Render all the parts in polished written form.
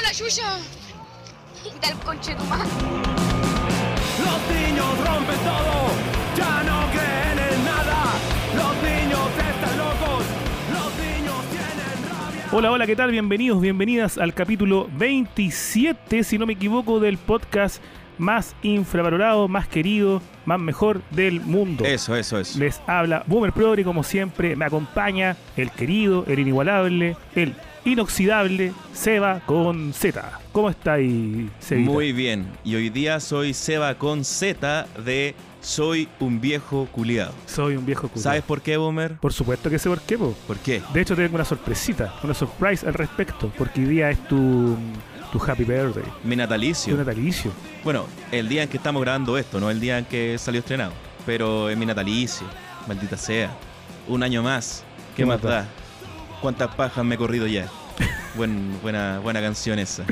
la Yuya! Del conche tu madre. Los niños rompen todo, ya no creen en nada. Los niños están locos, los niños tienen rabia. Hola, hola, ¿qué tal? Bienvenidos, bienvenidas al capítulo 27, si no me equivoco, del podcast más infravalorado, más querido, más mejor del mundo. Eso. Les habla Boomer Progre, como siempre, me acompaña el querido, el inigualable, el inoxidable Seba con Z. ¿Cómo estáis, Sebita? Muy bien, y hoy día soy Seba con Z de Soy un viejo culiado. Soy un viejo culiao. ¿Sabes por qué, Boomer? Por supuesto que sé por qué, po. ¿Por qué? De hecho, te tengo una sorpresita, una surprise al respecto, porque hoy día es tu happy birthday, Mi tu natalicio. natalicio. Bueno, el día en que estamos grabando esto, no el día en que salió estrenado. Pero es mi natalicio, maldita sea. Un año más, ¿qué más da? ¿Cuántas pajas me he corrido ya? Buena canción esa.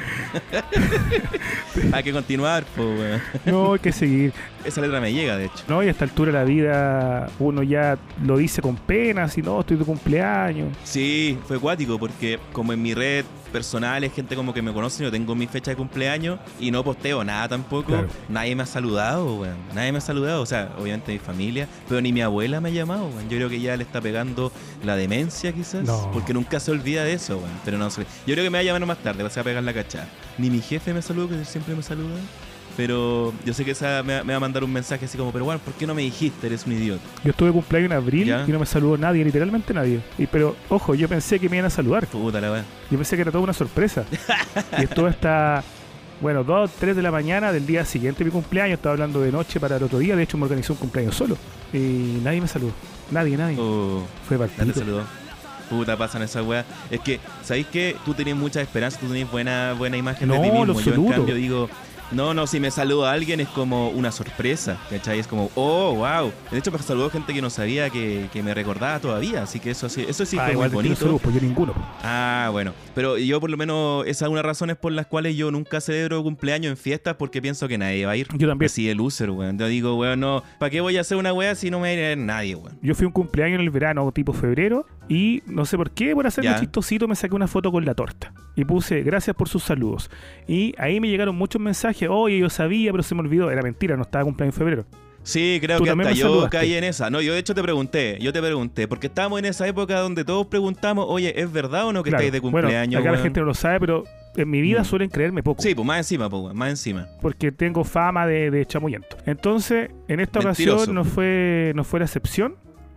Hay que continuar, pues, weón. No, hay que seguir. Esa letra me llega, de hecho. No, y a esta altura de la vida uno ya lo dice con pena, si no, estoy de cumpleaños. Sí, fue cuático porque como en mi red personal es gente como que me conoce, yo tengo mi fecha de cumpleaños y no posteo nada tampoco. Claro. Nadie me ha saludado, weón. Nadie me ha saludado, o sea, obviamente mi familia, pero ni mi abuela me ha llamado, weón. Yo creo que ya le está pegando la demencia quizás, No. porque nunca se olvida de eso, weón. Pero no sé. Yo creo que me va a llamar más tarde, se va a pegar la cachada. Ni mi jefe me saludó, que siempre me saluda. Pero yo sé que me va a mandar un mensaje así como, pero bueno, ¿por qué no me dijiste? Eres un idiota. Yo estuve de cumpleaños en abril ¿Ya? y no me saludó nadie, literalmente nadie. Pero, ojo, yo pensé que me iban a saludar. Puta la weá. Yo pensé que era toda una sorpresa. Y estuve hasta, 2, 3 de la mañana del día siguiente de mi cumpleaños. Estaba hablando de noche para el otro día. De hecho, me organizó un cumpleaños solo. Y nadie me saludó. Nadie. Fue Nadie te partido. saludó. Puta, pasan esas weas. Es que, ¿sabéis qué? Tú tenés mucha esperanza, tú tenés buena imagen de No, ti mismo. lo Yo, en absoluto. cambio, digo, no, si me saluda alguien es como una sorpresa, ¿cachai? Es como, oh, wow. De hecho, me saludó gente que no sabía que me recordaba todavía, así que eso sí fue Igual muy te tiro bonito. saludos, pues yo ninguno. Pues. Ah, bueno. Pero yo por lo menos, esas son unas razones por las cuales yo nunca celebro cumpleaños en fiestas porque pienso que nadie va a ir. Yo también. Así de loser, weón. Yo digo, weón, no, ¿para qué voy a hacer una wea si no me va a ir a ver nadie, weón? Yo fui a un cumpleaños en el verano, tipo febrero, y no sé por qué, por hacerme Ya. chistosito, me saqué una foto con la torta. Y puse, gracias por sus saludos. Y ahí me llegaron muchos mensajes, oye, yo sabía, pero se me olvidó. Era mentira, no estaba cumpleaños en febrero. Sí, creo Tú que también hasta me yo saludaste. caí en esa. No, yo de hecho te pregunté, porque estábamos en esa época donde todos preguntamos, oye, ¿es verdad o no que Claro. estáis de Bueno, cumpleaños, acá la weón? gente no lo sabe, pero en mi vida suelen creerme poco. Sí, pues más encima, pues, weón, más encima. Porque tengo fama de chamullento. Entonces, en esta Mentiroso. ocasión no fue la excepción.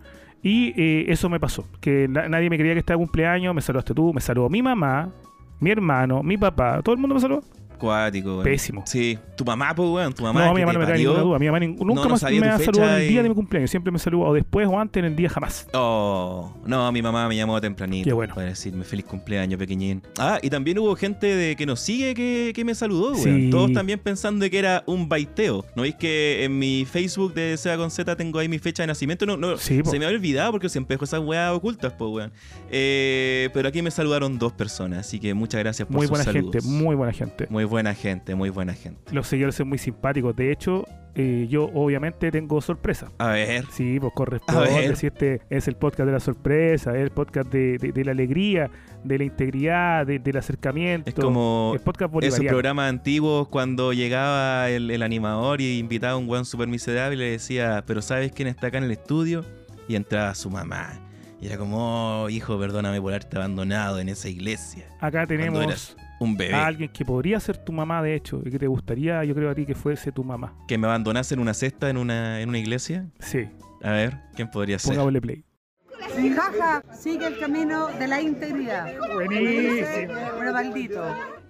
Y eso me pasó. Que nadie me creía que estaba de cumpleaños. Me saludaste tú, me saludó mi mamá, mi hermano, mi papá. Todo el mundo me saludó. Cuático, weón. Pésimo. Sí, tu mamá, pues, weón, tu mamá. No, mi que mamá te no me trae parió. ninguna duda. Mi mamá nunca no más sabía me tu ha saludado fecha el día y- de mi cumpleaños. Siempre me saludó o después o antes, en el día jamás. Oh, no, mi mamá me llamó tempranito. Qué bueno. Para decirme feliz cumpleaños, pequeñín. Ah, y también hubo gente que nos sigue que me saludó, weón. Sí. Todos también pensando que era un baiteo. ¿No veis que en mi Facebook de Seba con Z tengo ahí mi fecha de nacimiento? No, Sí, po. se me había olvidado porque siempre dejo esas weas ocultas, pues, weón. Pero aquí me saludaron 2 personas, así que muchas gracias por Muy sus buena saludos. gente, muy buena gente. Muy buena gente, muy buena gente. Los seguidores son muy simpáticos. De hecho, yo obviamente tengo sorpresa. A ver. Sí, pues A corresponde. ver. Si este es el podcast de la sorpresa, es el podcast de la alegría, de la integridad, del acercamiento. Es como el podcast esos bolivariano. programas antiguos cuando llegaba el animador y invitaba a un weón super miserable y le decía, pero ¿sabes quién está acá en el estudio? Y entraba su mamá. Y era como, oh, hijo, perdóname por haberte abandonado en esa iglesia. Acá Cuando tenemos eras un bebé. a alguien que podría ser tu mamá, de hecho, y que te gustaría, yo creo a ti, que fuese tu mamá. Que me abandonase en una cesta en una iglesia. Sí, A ver, ¿quién podría ser? pongámosle play. Mi jaja sigue el camino de la integridad. Buenísimo. Bueno, maldito.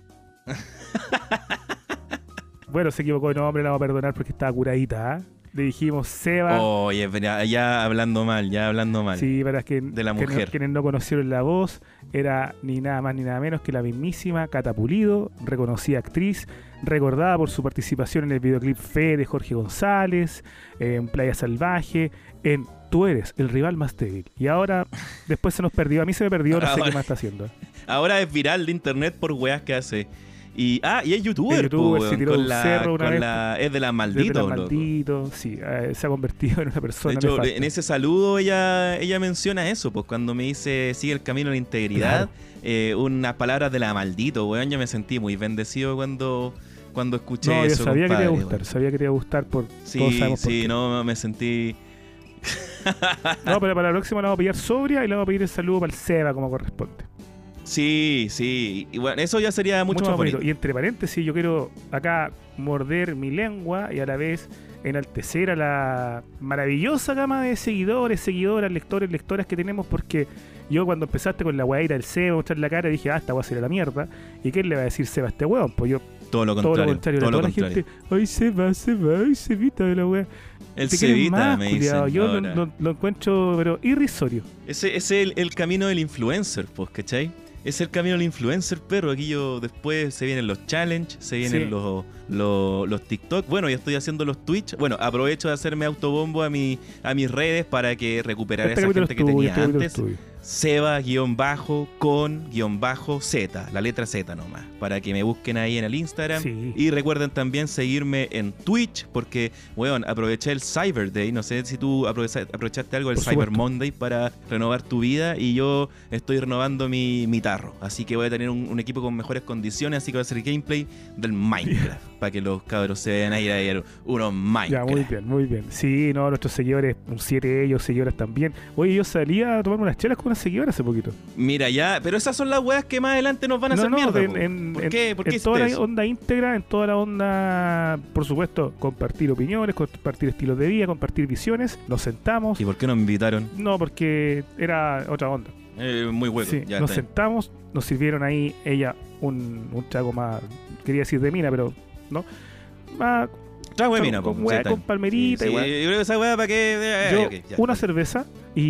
Bueno, se equivocó de nombre, la vamos a perdonar porque estaba curadita, ¿ah? Le dijimos Seba. Oye, ya hablando mal. Sí, para De la mujer. quienes no conocieron la voz, era ni nada más ni nada menos que la mismísima Cata Pulido, reconocida actriz, recordada por su participación en el videoclip Fe de Jorge González, en Playa Salvaje, en Tú eres el rival más débil. Y ahora, después se nos perdió, a mí se me perdió, no sé qué más está haciendo. Ahora es viral de internet por weas que hace. Y es youtuber, Es youtuber, po, se tiró con de un la, cerro una con vez, la- es de la Desde maldito, la loco. maldito, sí, se ha convertido en una persona De hecho, nefasta. en ese saludo ella menciona eso, pues cuando me dice sigue el camino de la integridad, unas palabras de la maldito, weón, yo me sentí muy bendecido cuando escuché No, yo eso, sabía que te compadre, iba a gustar, weón. sabía que te iba a gustar todos Sí, sabemos por sí, qué. no, me sentí... No, pero para la próxima la vamos a pillar sobria y le vamos a pedir el saludo para el Seba como corresponde. Sí, y bueno, eso ya sería mucho más bonito. Y entre paréntesis, yo quiero acá morder mi lengua y a la vez enaltecer a la maravillosa gama de seguidores, seguidoras, lectores, lectoras que tenemos, porque yo cuando empezaste con la weadita del Seba, mostrar la cara, dije, esta va a ser a la mierda. ¿Y qué le va a decir Seba a este weón? Pues yo, Todo lo todo contrario, lo contrario, todo lo toda la contrario. gente, ay Seba, ay Sebita de la wea. El Te quieren Cevita, más, me culiao. dicen Yo ahora. lo encuentro, pero irrisorio. Ese es el camino del influencer, pues, ¿cachai? Es el camino del influencer, pero aquí yo después se vienen los challenge, se vienen Sí. los TikTok. Bueno, ya estoy haciendo los Twitch. Bueno, aprovecho de hacerme autobombo a mis redes para que recuperar Este esa capítulo gente es que tuyo, tenía este capítulo es antes. tuyo. Seba-con-Z, la letra Z nomás, para que me busquen ahí en el Instagram. Sí. Y recuerden también seguirme en Twitch, porque, weón, aproveché el Cyber Day. No sé si tú aprovechaste algo del Por Cyber supuesto. Monday para renovar tu vida. Y yo estoy renovando mi tarro. Así que voy a tener un equipo con mejores condiciones. Así que voy a hacer gameplay del Minecraft. Para que los cabros se vean ahí ayer unos Minecraft. Ya, muy bien, muy bien. Sí, no, nuestros seguidores, un 7 de ellos, seguidoras también. Oye, yo salía a tomar unas chelas con una seguidora hace poquito. Mira, ya, pero esas son las weas que más adelante nos van a hacer mierda. po. ¿Por qué? ¿Por qué en hiciste toda la eso? onda íntegra, en toda la onda, por supuesto, compartir opiniones, compartir estilos de vida, compartir visiones. Nos sentamos. ¿Y por qué no me invitaron? No, porque era otra onda. Muy hueco. Sí, Ya nos está bien. sentamos, nos sirvieron ahí ella un trago más, quería decir de mina, pero no. Más Trago de mina, con, po. weá, Sí, está con bien. palmerita Sí, y weá. yo creo que esa weá para que... Yo, ok, ya. una cerveza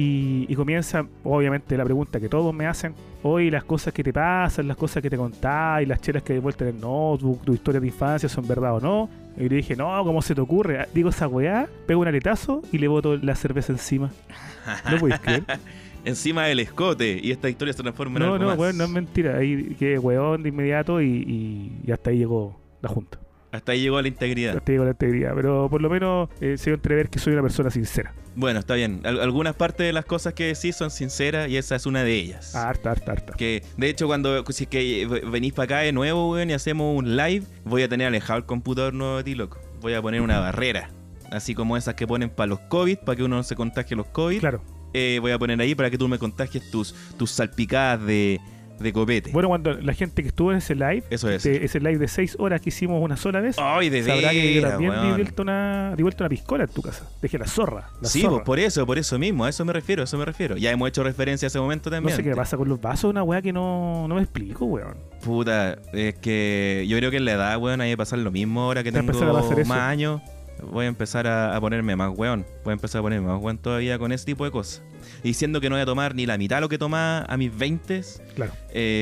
y comienza, obviamente, la pregunta que todos me hacen. Hoy las cosas que te pasan, las cosas que te contás y las chelas que hay vuelta en el notebook, tu historia de infancia, ¿son verdad o no? Y le dije, no, ¿cómo se te ocurre? Digo esa weá, pego un aletazo y le boto la cerveza encima. ¿No podéis creer? Encima del escote y esta historia se transforma en No, algo no, más. weón, no es mentira. Ahí quedé weón de inmediato y hasta ahí llegó la junta. Hasta ahí llegó la integridad. Hasta ahí llegó la integridad. Pero por lo menos se dio a entrever que soy una persona sincera. Bueno, está bien. Algunas partes de las cosas que decís son sinceras y esa es una de ellas. Harta. Que de hecho cuando si es que venís para acá de nuevo, weón, y hacemos un live, voy a tener alejado el computador nuevo de ti, loco. Voy a poner una barrera. Así como esas que ponen para los COVID, para que uno no se contagie los COVID. Claro. Voy a poner ahí para que tú me contagies tus salpicadas de copete. Bueno, cuando la gente que estuvo en ese live, Eso es. ese live de 6 horas que hicimos una sola vez, Ay, de sabrá que yo veras, también weón. di vuelta una piscola en tu casa. Dejé la zorra. La Sí, zorra. pues por eso mismo, a eso me refiero. Ya hemos hecho referencia a ese momento No también. sé qué me pasa con los vasos, una weá que no me explico, weón. Puta, es que yo creo que en la edad, weón, hay que pasar lo mismo ahora que Voy a tengo empezar a hacer eso. más años. Voy a empezar a ponerme más weón. Voy a empezar a ponerme más weón todavía con ese tipo de cosas. Diciendo que no voy a tomar ni la mitad de lo que tomaba a mis 20s. Claro.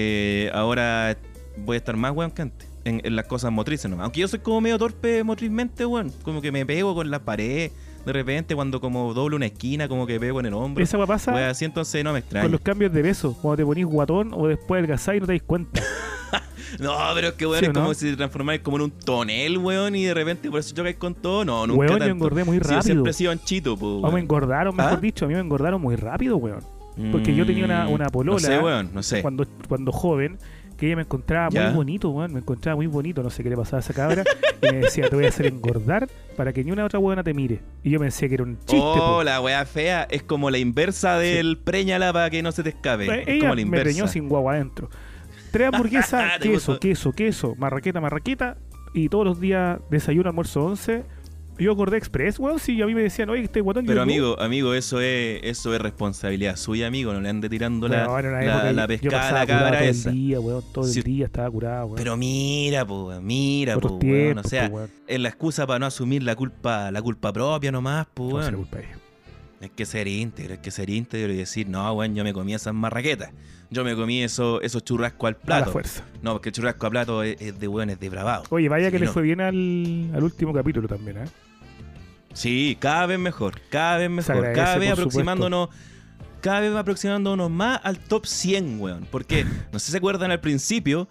Ahora voy a estar más weón que antes. En las cosas motrices nomás. Aunque yo soy como medio torpe motrizmente, weón. Como que me pego con la pared. De repente, cuando como doblo una esquina, como que pego en el hombro. Esa weá pasa Weón, así entonces no me extraña. con los cambios de peso. Cuando te ponís guatón o después adelgazás y no te das cuenta. No, pero es que, weón, ¿Sí es o no? como si te transformáis como en un tonel, weón, y de repente por eso chocáis con todo. No, nunca Weón, yo tanto. engordé muy Sí, yo rápido. siempre he sido anchito, pues, O me engordaron, mejor dicho, a mí me engordaron muy rápido, weón. Porque yo tenía una polola. No sé, weón, no sé. Cuando joven, que ella me encontraba Ya. muy bonito, weón. Me encontraba muy bonito, no sé qué le pasaba a esa cabra. Y me decía, te voy a hacer engordar para que ni una otra weona te mire. Y yo pensé que era un chiste, Oh, po. la weá fea es como la inversa del preñala para que no se te escape. Es Ella como la me inversa. preñó sin guagua adentro. 3 hamburguesas, Te puso- queso, marraqueta. Y todos los días desayuno, almuerzo, 11. Yo acordé express, weón. Si a mí me decían, oye, este guatón. Pero yo, amigo, eso es responsabilidad suya, amigo. No le ande tirando Weón, en una época la yo pescada a pasaba la curado cabra todo esa. el día, weón. Todo Si- el día estaba curado, weón. Pero mira, pues, Otros weón. tiempos, O sea, po, weón. es la excusa para no asumir la culpa propia nomás, pues, No se weón. le culpa a ella. Hay que ser íntegro y decir, no, weón, yo me comí esas marraquetas. Yo me comí esos churrascos al A la plato. fuerza. No, porque el churrasco al plato es de weones depravados. Oye, vaya Sí, que le no. fue bien al último capítulo también, ¿eh? Sí, cada vez mejor, Se agradece, cada vez por aproximándonos cada vez aproximándonos más al top 100, weón. Porque, no sé si se acuerdan al principio,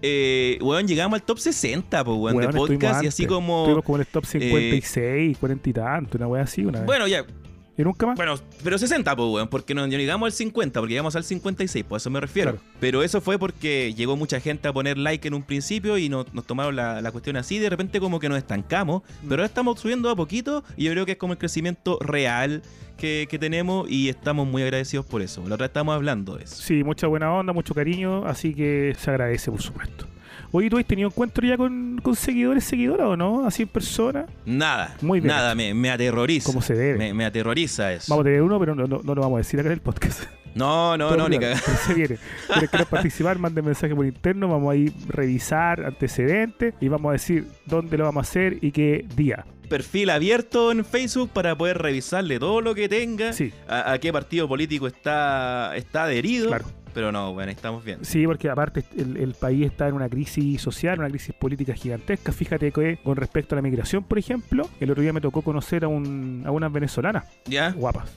weón, llegamos al top 60, pues, weón, de podcast. Y así como... Estuvimos como en el top 56, 40 y tanto, una wea así, una vez. Bueno, ya... ¿Y nunca más? Bueno, pero 60, pues, weón, porque no llegamos al 50, porque llegamos al 56, pues a eso me refiero. Claro. Pero eso fue porque llegó mucha gente a poner like en un principio y nos tomaron la cuestión así, de repente como que nos estancamos, pero ahora estamos subiendo a poquito y yo creo que es como el crecimiento real que tenemos y estamos muy agradecidos por eso. La otra vez estamos hablando de eso. Sí, mucha buena onda, mucho cariño, así que se agradece, por supuesto. Oye, ¿tú has tenido encuentro ya con seguidoras o no? ¿Así en persona? Nada, Muy bien nada, me aterroriza. Como se debe. Me aterroriza eso. Vamos a tener uno, pero no lo vamos a decir acá en el podcast. No, ni Pero cagar. se viene. Si quieren participar, manden mensaje por interno. Vamos a ir revisar antecedentes y vamos a decir dónde lo vamos a hacer y qué día. Perfil abierto en Facebook para poder revisarle todo lo que tenga, Sí. a qué partido político está adherido. Claro. Pero no, bueno, estamos bien. Sí, porque aparte el país está en una crisis social, una crisis política gigantesca. Fíjate que con respecto a la migración, por ejemplo, el otro día me tocó conocer a unas venezolanas ¿Ya? guapas.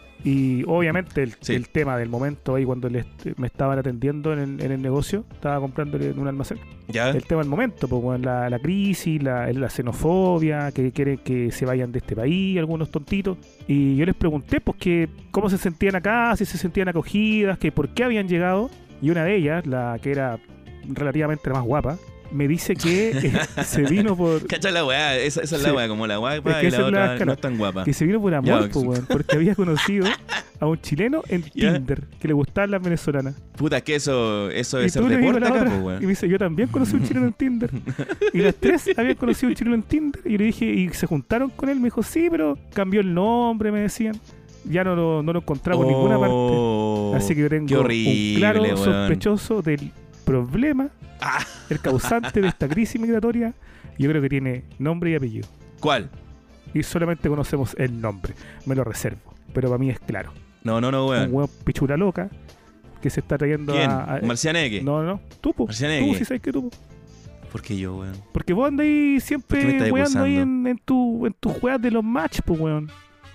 Y obviamente Sí. el tema del momento ahí cuando me estaban atendiendo en el negocio, estaba comprándole en un almacén. ¿Ya? El tema del momento, pues bueno, la crisis, la xenofobia, que quieren que se vayan de este país, algunos tontitos. Y yo les pregunté, pues, que cómo se sentían acá, si se sentían acogidas, que por qué habían llegado. Y una de ellas, la que era relativamente la más guapa, me dice que se vino por... ¿Cachai la weá? Esa es Sí. la weá, como la guapa Es que y esa la es la otra escala. no es tan guapa. Que se vino por amor, Ya, pues, weón, porque había conocido a un chileno en Ya. Tinder que le gustaban las venezolanas. Puta, es que eso Y es tú el le digo a deporte la acá, otra, pues, y weón. me dice, yo también conocí a un chileno en Tinder. Y las tres habían conocido a un chileno en Tinder. Y le dije, y se juntaron con él. Me dijo, sí, pero cambió el nombre, me decían. Ya no lo encontramos en ninguna parte. Así que yo tengo qué horrible, un claro weón. sospechoso del problema, Ah, el causante de esta crisis migratoria. Yo creo que tiene nombre y apellido. ¿cuál? Y solamente conocemos el nombre. Me lo reservo. Pero para mí es claro. No, Un weón. huevo pichula loca que se está trayendo ¿Quién? a... Marcianeque. No. Tú, po. Marcianeque. Tú, sí sabes que tú, po. ¿Por qué yo, weón? Porque vos andas ahí ¿Por qué me siempre estás weando ahí acusando? en tus juegas de los match, pues, weón.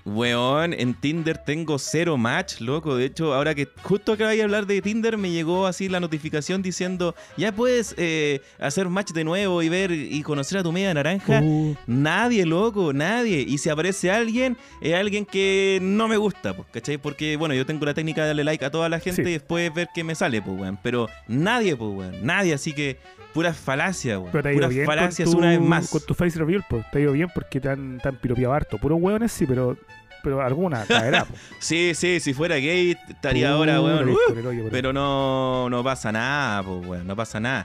Weón, en Tinder tengo 0 match, loco. De hecho, ahora que justo acabé de hablar de Tinder, me llegó así la notificación diciendo, ya puedes hacer match de nuevo y ver y conocer a tu media naranja. Nadie, loco, nadie. Y si aparece alguien, es alguien que no me gusta, pues, ¿cachai? Porque, bueno, yo tengo la técnica de darle like a toda la gente Sí. y después ver qué me sale, pues, weón. Pero nadie, pues, weón. Nadie, así que pura falacia, weón. Pero te ha ido Pura bien falacias con tu, una vez más. con tu face reveal, pues. Te ha ido bien porque te han piropeado harto. Puros hueones sí, pero alguna caerá, pues. Sí, si fuera gay estaría ahora, Puta, weón. con el hoyo, Pero no pasa nada, pues, weón, no pasa nada.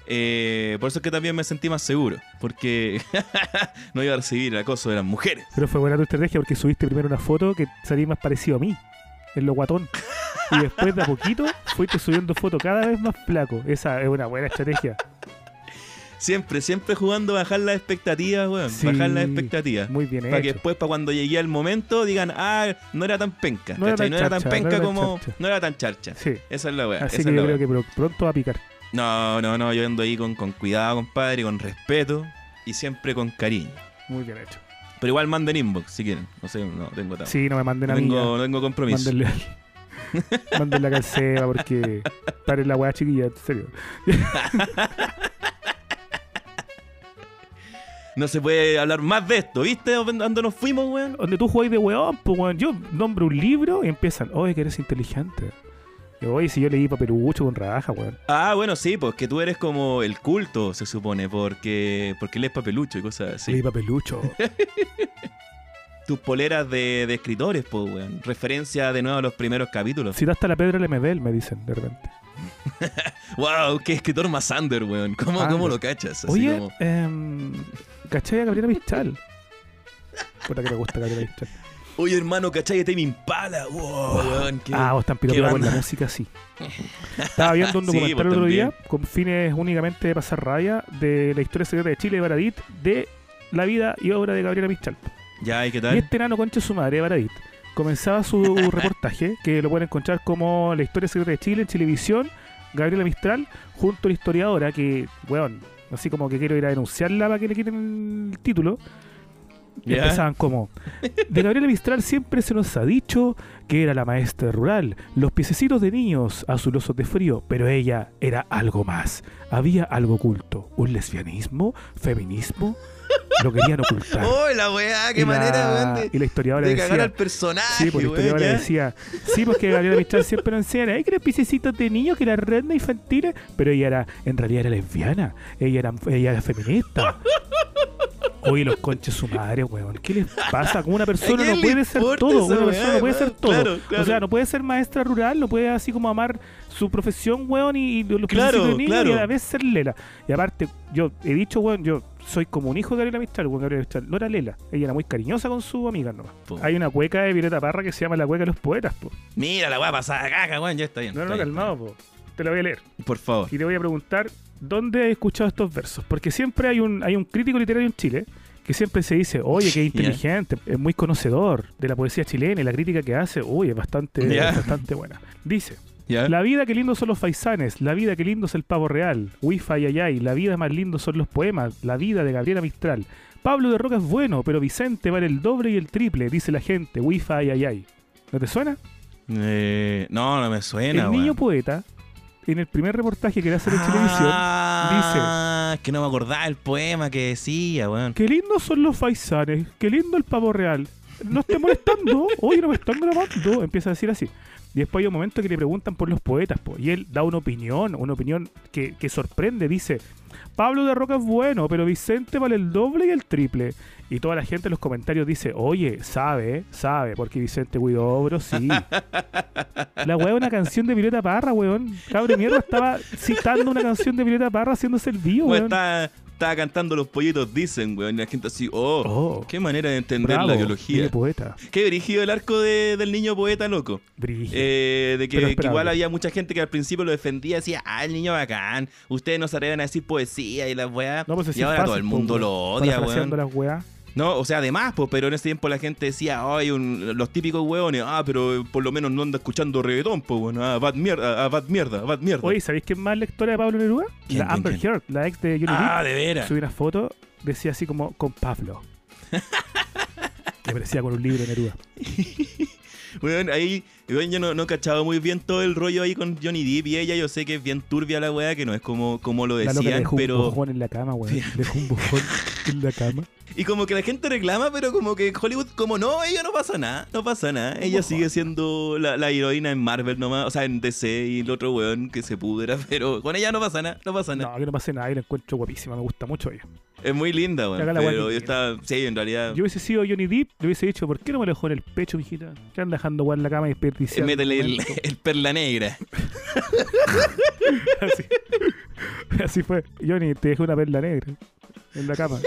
Por eso es que también me sentí más seguro, porque no iba a recibir el acoso de las mujeres. Pero fue buena tu estrategia porque subiste primero una foto que salía más parecido a mí, en lo guatón. Y después de a poquito fuiste subiendo fotos cada vez más flaco. Esa es una buena estrategia. Siempre jugando a bajar las expectativas, weón. Sí, bajar las expectativas. Muy bien Para que hecho. después, para cuando llegue el momento, digan, no era tan penca. No era ¿cachai? tan No era tan charcha, penca no era tan como. charcha. No era tan charcha. Sí. Esa es la weá. Así que yo creo que pronto va a picar. No, yo ando ahí con cuidado, compadre, con respeto y siempre con cariño. Muy bien hecho. Pero igual manden inbox si quieren. No sé, no tengo tanto. Sí, no me manden no, a mí. no tengo compromiso. Mándenle mándenle a Calceba porque paren la weá chiquilla, en serio. No se puede hablar más de esto, ¿viste? ¿Dónde nos fuimos, weón? Donde tú jugáis de weón, pues weón. Yo nombro un libro y empiezan, oye, que eres inteligente. Y oye, si yo leí Paperucho con raja, weón. Ah, bueno, sí, pues que tú eres como el culto, se supone, porque lees papelucho y cosas así. Leí Papelucho. Tus poleras de escritores, pues, weón. Referencia de nuevo a los primeros capítulos. Citaste a la Pedro Lemebel, me dicen de repente. Wow, qué escritor más under, weón. ¿Cómo Under. lo cachas? Así Oye, como... ¿cachai a Gabriela Mistral? Puta que me gusta Gabriela Mistral. Oye, hermano, ¿cachai? Tame Impala. Wow, weón. Vos están piropeados con la banda. música, sí. Estaba viendo un Sí, documental pues, el otro también. día, con fines únicamente de pasar raya, de la historia secreta de Chile de Baradit, de la vida y obra de Gabriela Mistral. Ya, ¿y qué Y tal? este enano concha su madre, Baradit, comenzaba su reportaje, que lo pueden encontrar como La historia secreta de Chile en Chilevisión, Gabriela Mistral, junto a la historiadora, que, weón, así como que quiero ir a denunciarla para que le quiten el título. Ya. Empezaban como: de Gabriela Mistral siempre se nos ha dicho que era la maestra rural, los piececitos de niños azulosos de frío, pero ella era algo más. Había algo oculto, un lesbianismo, feminismo, lo querían ocultar. ¡Oh, la weá! ¡Qué manera, weón! Y la historiadora De cagar decía, al personaje, sí, porque la historiadora weón, ya. decía, sí, porque Gabriela Mistral siempre nos enseñan, ay, que los piececitos de niños, que las rendas infantiles, pero ella era, en realidad era lesbiana, ella era feminista. Oye, los conches su madre, weón. ¿Qué les pasa? Como una persona ¿A quién no le puede ser importa todo. esa Una persona weá, no puede ser weón? todo. Claro, claro. O sea, no puede ser maestra rural, no puede así como amar su profesión, weón, y los Claro, piececitos de niños claro. y a la vez ser lela. Y aparte, yo he dicho, weón, yo soy como un hijo de Gabriela Mistral, weón. Gabriela Mistral no era lela. Ella era muy cariñosa con su amiga nomás. Po. Hay una cueca de Violeta Parra que se llama La Cueca de los Poetas, po. Mira la weá pasada caca, weón. Ya está bien. No, está no, bien, calmado, po. Te la voy a leer. está bien. Por favor. Y te voy a preguntar dónde he escuchado estos versos. Porque siempre hay un crítico literario en Chile que siempre se dice, oye, qué inteligente, es muy conocedor de la poesía chilena y la crítica que hace, uy, es bastante, Ya. es bastante buena. Dice, ¿Ya? la vida que lindo son los faisanes, la vida que lindo es el pavo real, wifi ayay, la vida más lindo son los poemas, la vida de Gabriela Mistral. Pablo de Roca es bueno, pero Vicente vale el doble y el triple, dice la gente, wifi ayay. ¿No te suena? No me suena, El niño weón. poeta, en el primer reportaje que le hace en televisión, Ah, es que no me acordaba el poema que decía, weón. qué lindos son los faisanes, qué lindo el pavo real. No esté molestando, oye, no me están grabando. Empieza a decir así. Y después hay un momento que le preguntan por los poetas, po, y él da una opinión que sorprende. Dice, Pablo de Roca es bueno, pero Vicente vale el doble y el triple. Y toda la gente en los comentarios dice, oye, sabe, porque Vicente Huidobro, sí. La weá es una canción de Violeta Parra, weón. Cabrón de mierda estaba citando una canción de Violeta Parra haciéndose el vivo, Weón, weón. estaba cantando Los pollitos dicen, weón. Y la gente así, Oh, qué manera de entender Bravo, la biología. niño poeta. Qué dirigido el arco del niño poeta, loco. Brígido. De Pero que esperable. igual había mucha gente que al principio lo defendía, decía, el niño bacán, ustedes no se atreven a decir poesía y las weas. No, pues así y es ahora fácil, todo el mundo po, lo weón. odia, Parafraseando weón. las weas. No, o sea, además, pues, pero en ese tiempo la gente decía, los típicos hueones, pero por lo menos no anda escuchando reggaetón, pues, bueno, bad mierda. Oye, ¿sabéis quién más es lectora de Pablo Neruda? ¿Quién, La quién, Amber quién? Heard, la ex de Johnny Depp. De veras. Subí una foto, decía así como, con Pablo. Me parecía con un libro de Neruda. Weón, ahí, weón, yo no cachaba muy bien todo el rollo ahí con Johnny Depp y ella, yo sé que es bien turbia la weá, que no es como lo La loca le decían, dejó un pero... bojón en la cama, weón. Le dejó un bojón en la cama. Y como que la gente reclama, pero como que en Hollywood, como no, ella no pasa nada. Ella sigue siendo la heroína en Marvel nomás, o sea, en DC y el otro weón que se pudra, pero con ella no pasa nada. No, que no pase nada, y la encuentro guapísima, me gusta mucho ella. Es muy linda, weón, Acá la pero weá yo que- estaba, sí, en realidad, Yo hubiese sido Johnny Depp, le hubiese dicho, ¿por qué no me lo dejó en el pecho, mijita? ¿Qué anda dejando weón en la cama y desperdiciando? métele el, momento? el perla negra. Así. Así fue. Johnny, te dejé una perla negra en la cama.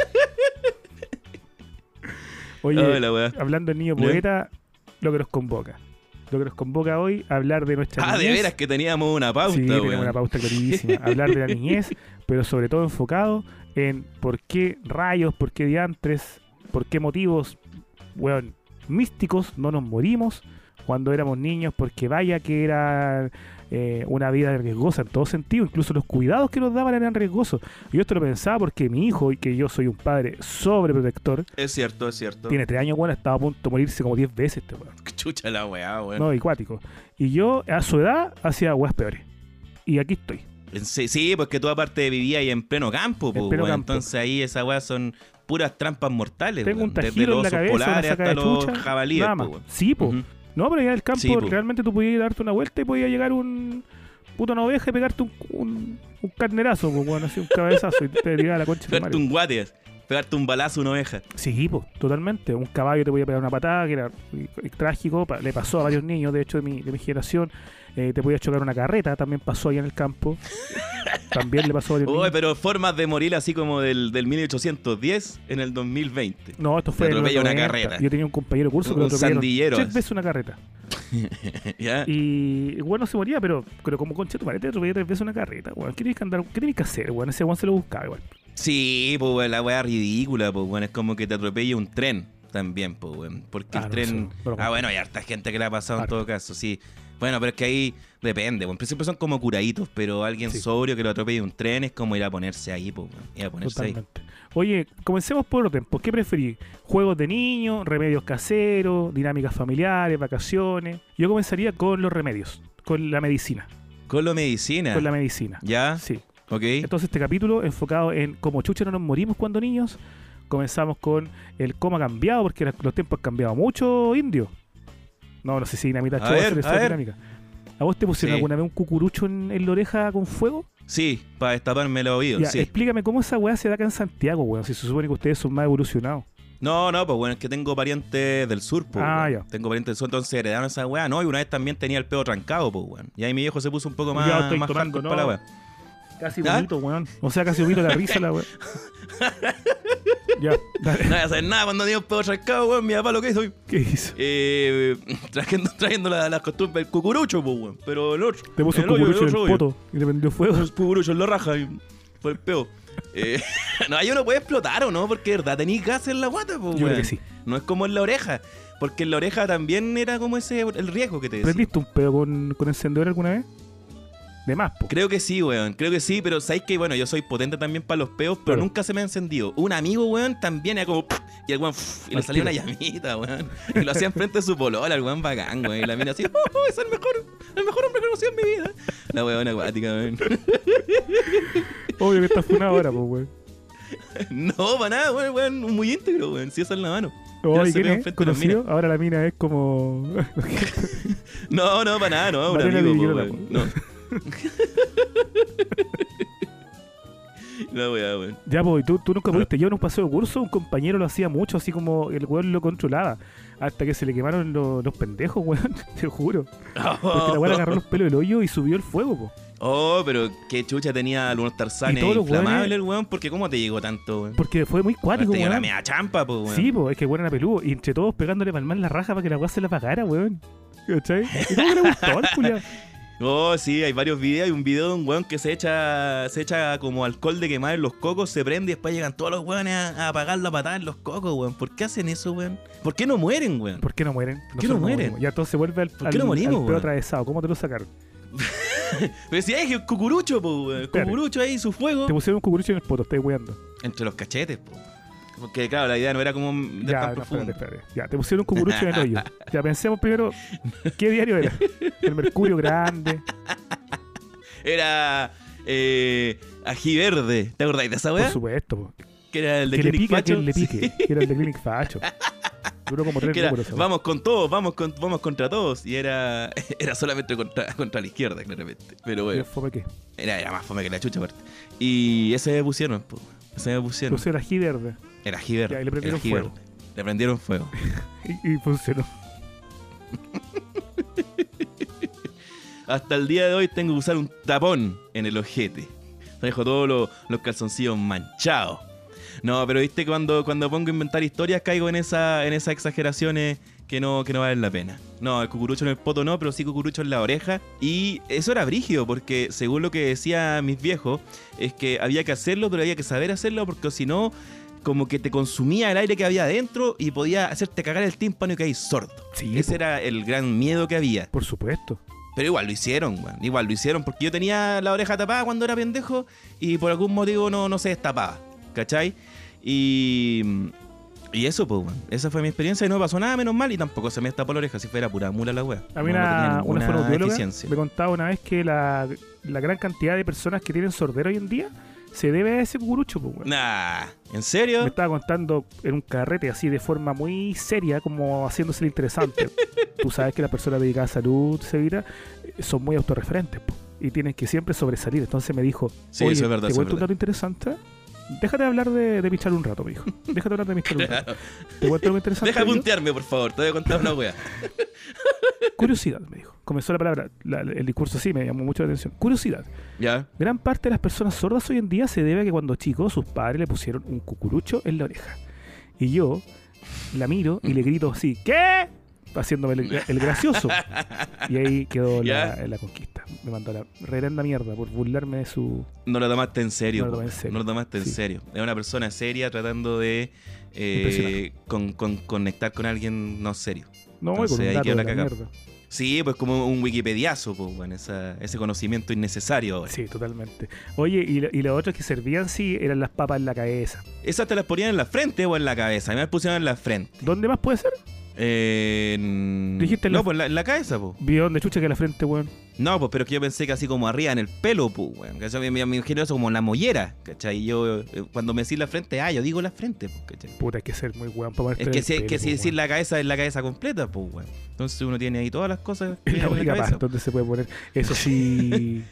Oye, Hola, weá. hablando del niño ¿Ya? poeta, lo que nos convoca. Lo que nos convoca hoy, hablar de nuestra De niñez. veras que teníamos una pauta, Sí, tenemos weón. una pauta clarísima. Hablar de la niñez, pero sobre todo enfocado en por qué rayos, por qué diantres, por qué motivos, weón, místicos no nos morimos cuando éramos niños, porque vaya que era una vida riesgosa en todo sentido, incluso los cuidados que nos daban eran riesgosos. Yo esto lo pensaba porque mi hijo, y que yo soy un padre sobreprotector, Es cierto. tiene 3 años, weón, estaba a punto de morirse como 10 veces este weón. Chucha la weá, weón. No, y cuático. Y yo, a su edad, hacía weas peores. Y aquí estoy. Sí, porque tú aparte vivías ahí en pleno campo, En pues, pleno weón. campo. Entonces ahí esas weas son puras trampas mortales, Tengo weón. un Desde tajiro los en la osos cabeza, una polares saca hasta de los chucha, jabalíes, nada po, más. weón. Sí, po. Ujú. No, pero allá en el campo Sí, po. realmente tú podías darte una vuelta y podía llegar un puta una oveja y pegarte un carnerazo, pues, bueno, así un cabezazo y te tiraba la concha de tu Pegarte madre. un guate, pegarte un balazo a una oveja. Sí, pues, totalmente. Un caballo te podía pegar una patada, que era trágico, le pasó a varios niños, de hecho, de mi generación. Te podía chocar una carreta, también pasó allá en el campo. También le pasó a varios Oye, niños. pero formas de morir así como del 1810 en el 2020. No, esto fue te en los atropella una 90. carreta. Yo tenía un compañero de curso que Un lo atropellaron sandillero, 3 así. veces una carreta. ¿Ya? Y bueno, se moría, pero como concha tu madre, te atropellé 3 veces una carreta, weón. ¿Qué tienes que hacer, weón? Ese weón se lo buscaba igual. Sí, pues weón, la weá ridícula, pues weón, es como que te atropelle un tren también, pues weón. Porque Ah, el no, tren. eso no lo Bueno, hay harta gente que le ha pasado Harto. en todo caso, sí. Bueno, pero es que ahí depende, weón. Siempre son como curaditos, pero alguien Sí. sobrio que lo atropelle un tren es como ir a ponerse ahí, pues, weón. Ir a ponerse ahí. Totalmente. Oye, comencemos por orden. ¿Por qué preferís? ¿Juegos de niños, remedios caseros, dinámicas familiares, vacaciones? Yo comenzaría con los remedios, con la medicina. Con la medicina. Con la medicina. ¿Ya? Sí. Ok. Entonces este capítulo enfocado en cómo chucha no nos morimos cuando niños. Comenzamos con el cómo ha cambiado, porque los tiempos han cambiado mucho, indio. No sé si Dinamita A Show va a ver, hacer a esa ver. dinámica. ¿A vos te pusieron Sí. alguna vez un cucurucho en la oreja con fuego? Sí, para destaparme los oídos, Ya, sí. explícame cómo esa weá se da acá en Santiago, weón. Si se supone que ustedes son más evolucionados. No, pues bueno, es que tengo parientes del sur, pues. Ah, weón. ya. Tengo parientes del sur, entonces heredaron esa weá. No, y una vez también tenía el pelo trancado, pues, weón. Y ahí mi viejo se puso un poco más, Ya estoy más tomando, hardcore no. para la weá. Casi ¿Ah? vomito, weón. O sea, casi vomito la risa la weá. Ya, dale. No voy a hacer nada cuando tenía un pelo trancado, weón. Mi papá lo que hizo. ¿Qué hizo? Trayendo las costumbres del cucurucho, pues, weón. Pero el otro. Te puso un el hoyo, cucurucho en el otro hoyo. poto y le prendió fuego. El cucurucho en la raja y fue el peo. No, ahí uno puede explotar o no, porque de verdad tenéis gas en la guata, pues, Yo creo weón. que sí. No es como en la oreja. Porque en la oreja también era como ese el riesgo que te decía. ¿Prendiste un pedo con encendedor alguna vez? De más, po. Creo que sí, weón. Creo que sí, pero sabéis que, bueno, yo soy potente también para los peos, pero Claro. nunca se me ha encendido. Un amigo, weón, también era como... y el weón... y le Al salía una tiro. llamita, weón. Y lo hacía enfrente de su polola, el weón bacán, weón. Y la mina así... es el mejor hombre que conocí en mi vida. La weón acuática, weón. Obvio que estás funado ahora, pues, weón. No, para nada, weón, weón. Muy íntegro, weón. Sí, eso en la mano. Oye, se ¿quién ve es? enfrente de las ¿Conocido? Ahora la mina es como... No, para nada, no. Un Mariana amigo, de po, Villola, weón. No. La weá, weón. Ya, pues, tú nunca pudiste. Yo en un paseo de curso, un compañero lo hacía mucho, así como el weón lo controlaba. Hasta que se le quemaron los pendejos, weón. Te juro. Porque la weón agarró los pelos del hoyo y subió el fuego, po. Oh, pero qué chucha tenía algunos Y tarzanes todos los inflamables weones- el weón, porque ¿cómo te llegó tanto, weón? Porque fue muy cuático, Tenía la weón. media champa, pues, weón. Sí, pues, es que el weón era peludo. Y entre todos pegándole palmas en la raja para que la weá se la pagara, weón. ¿Cachai? ¿Y cómo le gustó al culiao? Oh, sí, hay varios videos. Hay un video de un weón que se echa como alcohol de quemar en los cocos, se prende y después llegan todos los weones a apagar la patada en los cocos, weón. ¿Por qué hacen eso, weón? ¿Por qué no mueren, weón? ¿Por qué no mueren? qué no mueren? morimos. Ya todo se vuelve al, ¿Por qué no morimos, al pedo weón? atravesado. ¿Cómo te lo sacaron? Pero si hay el cucurucho, pues, weón. El Espérate. cucurucho ahí, su fuego. Te pusieron un cucurucho en el poto, estoy weando. Entre los cachetes, pues. Porque, claro, la idea no era como de Ya, tan no, profundo. espérate. Ya, te pusieron un cucurucho en el hoyo. Ya, pensemos primero, ¿qué diario era? El Mercurio Grande. Era ají verde. ¿Te acordáis de esa Por weá? supuesto, po. Que era el de Que le Clinic pique a Facho. quien le pique. Sí. Que era el de Clinic Facho. Duró como 3 Que era, números. esa weá. vamos con todos, vamos contra todos. Y era solamente contra la izquierda, claramente. Pero ¿Y bueno, el fome qué? era más fome que la chucha, aparte. Y ese me pusieron, po. Ese me pusieron. Pusieron ají verde. Era ají verde. Ya, y le prendieron era ají fuego. verde. Le prendieron fuego. Y funcionó. Hasta el día de hoy tengo que usar un tapón en el ojete. Me dejo todos los calzoncillos manchados. No, pero viste, cuando pongo a inventar historias caigo en esas exageraciones que no valen la pena. No, el cucurucho en el poto no, pero sí cucurucho en la oreja. Y eso era brígido, porque según lo que decían mis viejos, es que había que hacerlo, pero había que saber hacerlo, porque si no, como que te consumía el aire que había adentro y podía hacerte cagar el tímpano y caís sordo. Sí, Ese po. era el gran miedo que había. Por supuesto. Pero igual lo hicieron, weón. Igual lo hicieron porque yo tenía la oreja tapada cuando era pendejo y por algún motivo no se destapaba. ¿Cachai? Y eso, pues, weón. Esa fue mi experiencia y no me pasó nada, menos mal. Y tampoco se me destapó la oreja, si fuera pura mula la weá. A mí No tenía una ninguna fonoaudióloga deficiencia. me contaba una vez que la gran cantidad de personas que tienen sordera hoy en día se debe a ese cucurucho, pues, weón. Nah, ¿en Me serio? estaba contando en un carrete así de forma muy seria, como haciéndose interesante. Tú sabes que las personas dedicadas a salud, Sevita, son muy autorreferentes, po, y tienen que siempre sobresalir. Entonces me dijo, Sí, oye, eso es verdad, te eso es cuento un verdad. dato interesante. Déjate de hablar de pichar un rato, me dijo. Déjate de hablar de pichar un rato. Te cuento algo interesante. Deja me dijo. puntearme, por favor. Te voy a contar una weá. Curiosidad, me dijo. Comenzó la palabra, el discurso así me llamó mucho la atención. Curiosidad. ¿Ya? Gran parte de las personas sordas hoy en día se debe a que cuando chicos sus padres le pusieron un cucurucho en la oreja. Y yo la miro y le grito así, ¿qué? Haciéndome el gracioso. Y ahí quedó ¿Ya? la conquista. Me mandó a la reverenda mierda por burlarme de su... No lo tomaste en serio. No lo po. tomé en serio. No lo tomaste en Sí. serio. Es una persona seria tratando de Impresionante. conectar con alguien no serio. No, voy con Entonces, un ahí dato quedó de la la cagada. mierda. Sí, pues como un wikipediazo, pues, bueno, ese conocimiento innecesario ahora. Sí, totalmente. Oye, y los otros que servían, sí, eran las papas en la cabeza. ¿Esas te las ponían en la frente o en la cabeza? A mí me las pusieron en la frente. ¿Dónde más puede ser? Dijiste en la- no, pues en la cabeza, pues. Bidón de chucha que la frente, weón. No, pues, pero es que yo pensé que así como arriba en el pelo, pues, weón. ¿Cachai? Me imagino eso como en la mollera, ¿cachai? Y yo, cuando me decís la frente, yo digo la frente, pues, ¿cachai? Puta, hay que ser muy weón para ponerte Es que el si, pelo, que si po, decir weón. la cabeza es la cabeza completa, pues, weón. Entonces uno tiene ahí todas las cosas que Es la hay en única cabeza. parte donde se puede poner. Eso sí,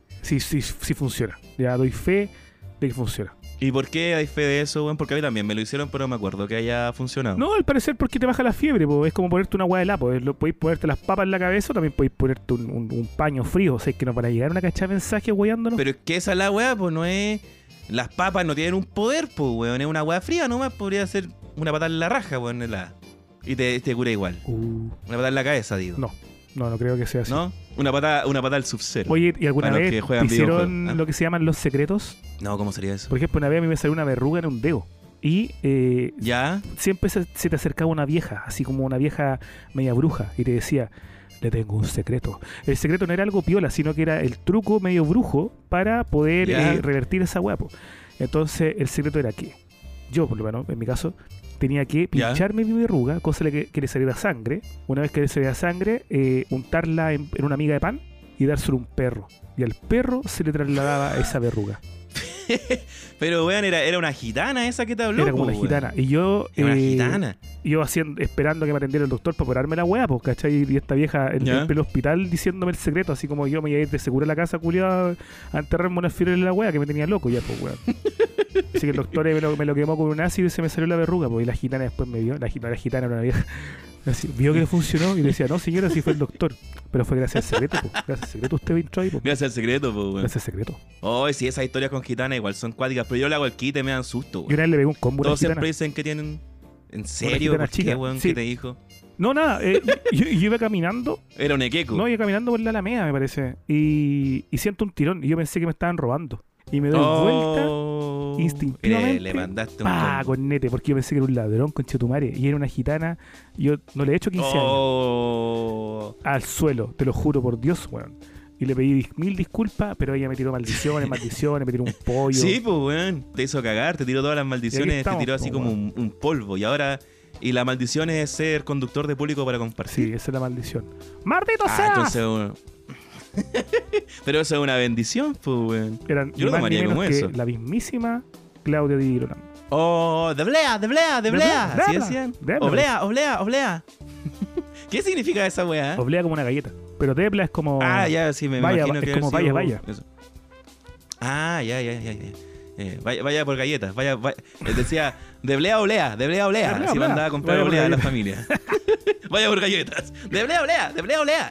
sí funciona. Ya doy fe de que funciona. ¿Y por qué hay fe de eso, weón? Porque a mí también me lo hicieron, pero no me acuerdo que haya funcionado. No, al parecer porque te baja la fiebre, po. Es como ponerte una hueá de lapo. Podéis ponerte las papas en la cabeza o también podéis ponerte un paño frío. O sea, es que nos van a llegar una cachada de mensajes hueándonos. Pero es que esa es la weá, pues no es... Las papas no tienen un poder, pues, weón. Es una weá fría nomás. Podría ser una patada en la raja, weón, helada. Y te cura igual. Una patada en la cabeza, digo. No creo que sea así. ¿No? Una patada al Sub-Zero. Oye, ¿y alguna Para los vez que te juegan hicieron videojuegos, ¿ah? lo que se llaman los secretos? No, ¿cómo sería eso? Por ejemplo, una vez a mí me salió una verruga en un dedo. Y ¿Ya? siempre se te acercaba una vieja, así como una vieja media bruja, y te decía, le tengo un secreto. El secreto no era algo piola, sino que era el truco medio brujo para poder Ya. revertir esa guapo. Entonces, el secreto era que yo, por lo menos, en mi caso, tenía que Ya. pincharme mi verruga, cosa que le saliera sangre. Una vez que le saliera sangre, untarla en una miga de pan y dárselo a un perro. Y al perro se le trasladaba esa verruga. Pero, weón, era una gitana esa que te habló, Era como po, una weón. gitana. Y yo... Era una gitana. yo esperando que me atendiera el doctor para curarme la weá, pues, ¿cachai? Y esta vieja en Ya. el hospital diciéndome el secreto, así como yo me iba a ir de seguro a la casa, culiado, a enterrarme una fiebre en la weá, que me tenía loco ya, pues, weón. Así que el doctor me lo quemó con un ácido y se me salió la verruga, pues, y la gitana después me vio, la gitana era una vieja, así, vio que le funcionó y le decía, no señora, sí fue el doctor, pero fue gracias al secreto, pues, gracias al secreto usted entró ahí, pues, Gracias al secreto, po, weón. gracias al secreto. Oh, sí, esas historias con gitanas igual son cuáticas, pero yo le hago el quite, me dan susto, Yo weón. una vez le pegué un combo a una Todos gitana. siempre dicen que tienen... ¿En serio? gitana ¿Por qué, chica, weón? sí. ¿Qué te dijo? No, nada, yo iba caminando. Era un equeco. No, iba caminando por la Alameda, me parece. Y siento un tirón. Y yo pensé que me estaban robando. Y me doy vuelta instintivamente. Le mandaste un ¡Pah! combo. Con nete, porque yo pensé que era un ladrón, con Chetumare. Y era una gitana. Yo no le he hecho 15 años. Oh. Al suelo, te lo juro por Dios, weón. Y le pedí 1000 disculpas, pero ella me tiró maldiciones, me tiró un pollo. Sí, pues, weón. Te hizo cagar, te tiró todas las Y maldiciones, aquí estamos, te tiró así po, como weón. un polvo. Y ahora... Y la maldición es ser conductor de público para compartir. Sí, esa es la maldición. ¡Maldito Ah, sea! entonces... Bueno. Pero eso es una bendición, pues, weón. Eran yo lo ni más ni tomaría menos como que eso. la mismísima Claudia Di Girolamo. Oh, de blea. blea, Así de decían. blea. Oblea. ¿Qué significa esa weá? Oblea como una galleta. Pero Depla es como... Ah, ya, sí, me Vaya, imagino es que como haber sido vaya. eso. Ah, ya. Vaya por galletas. Decía, de blea oblea. Así oblea. mandaba a comprar Vaya por oblea a la galletas. familia. Vaya por galletas. De blea oblea.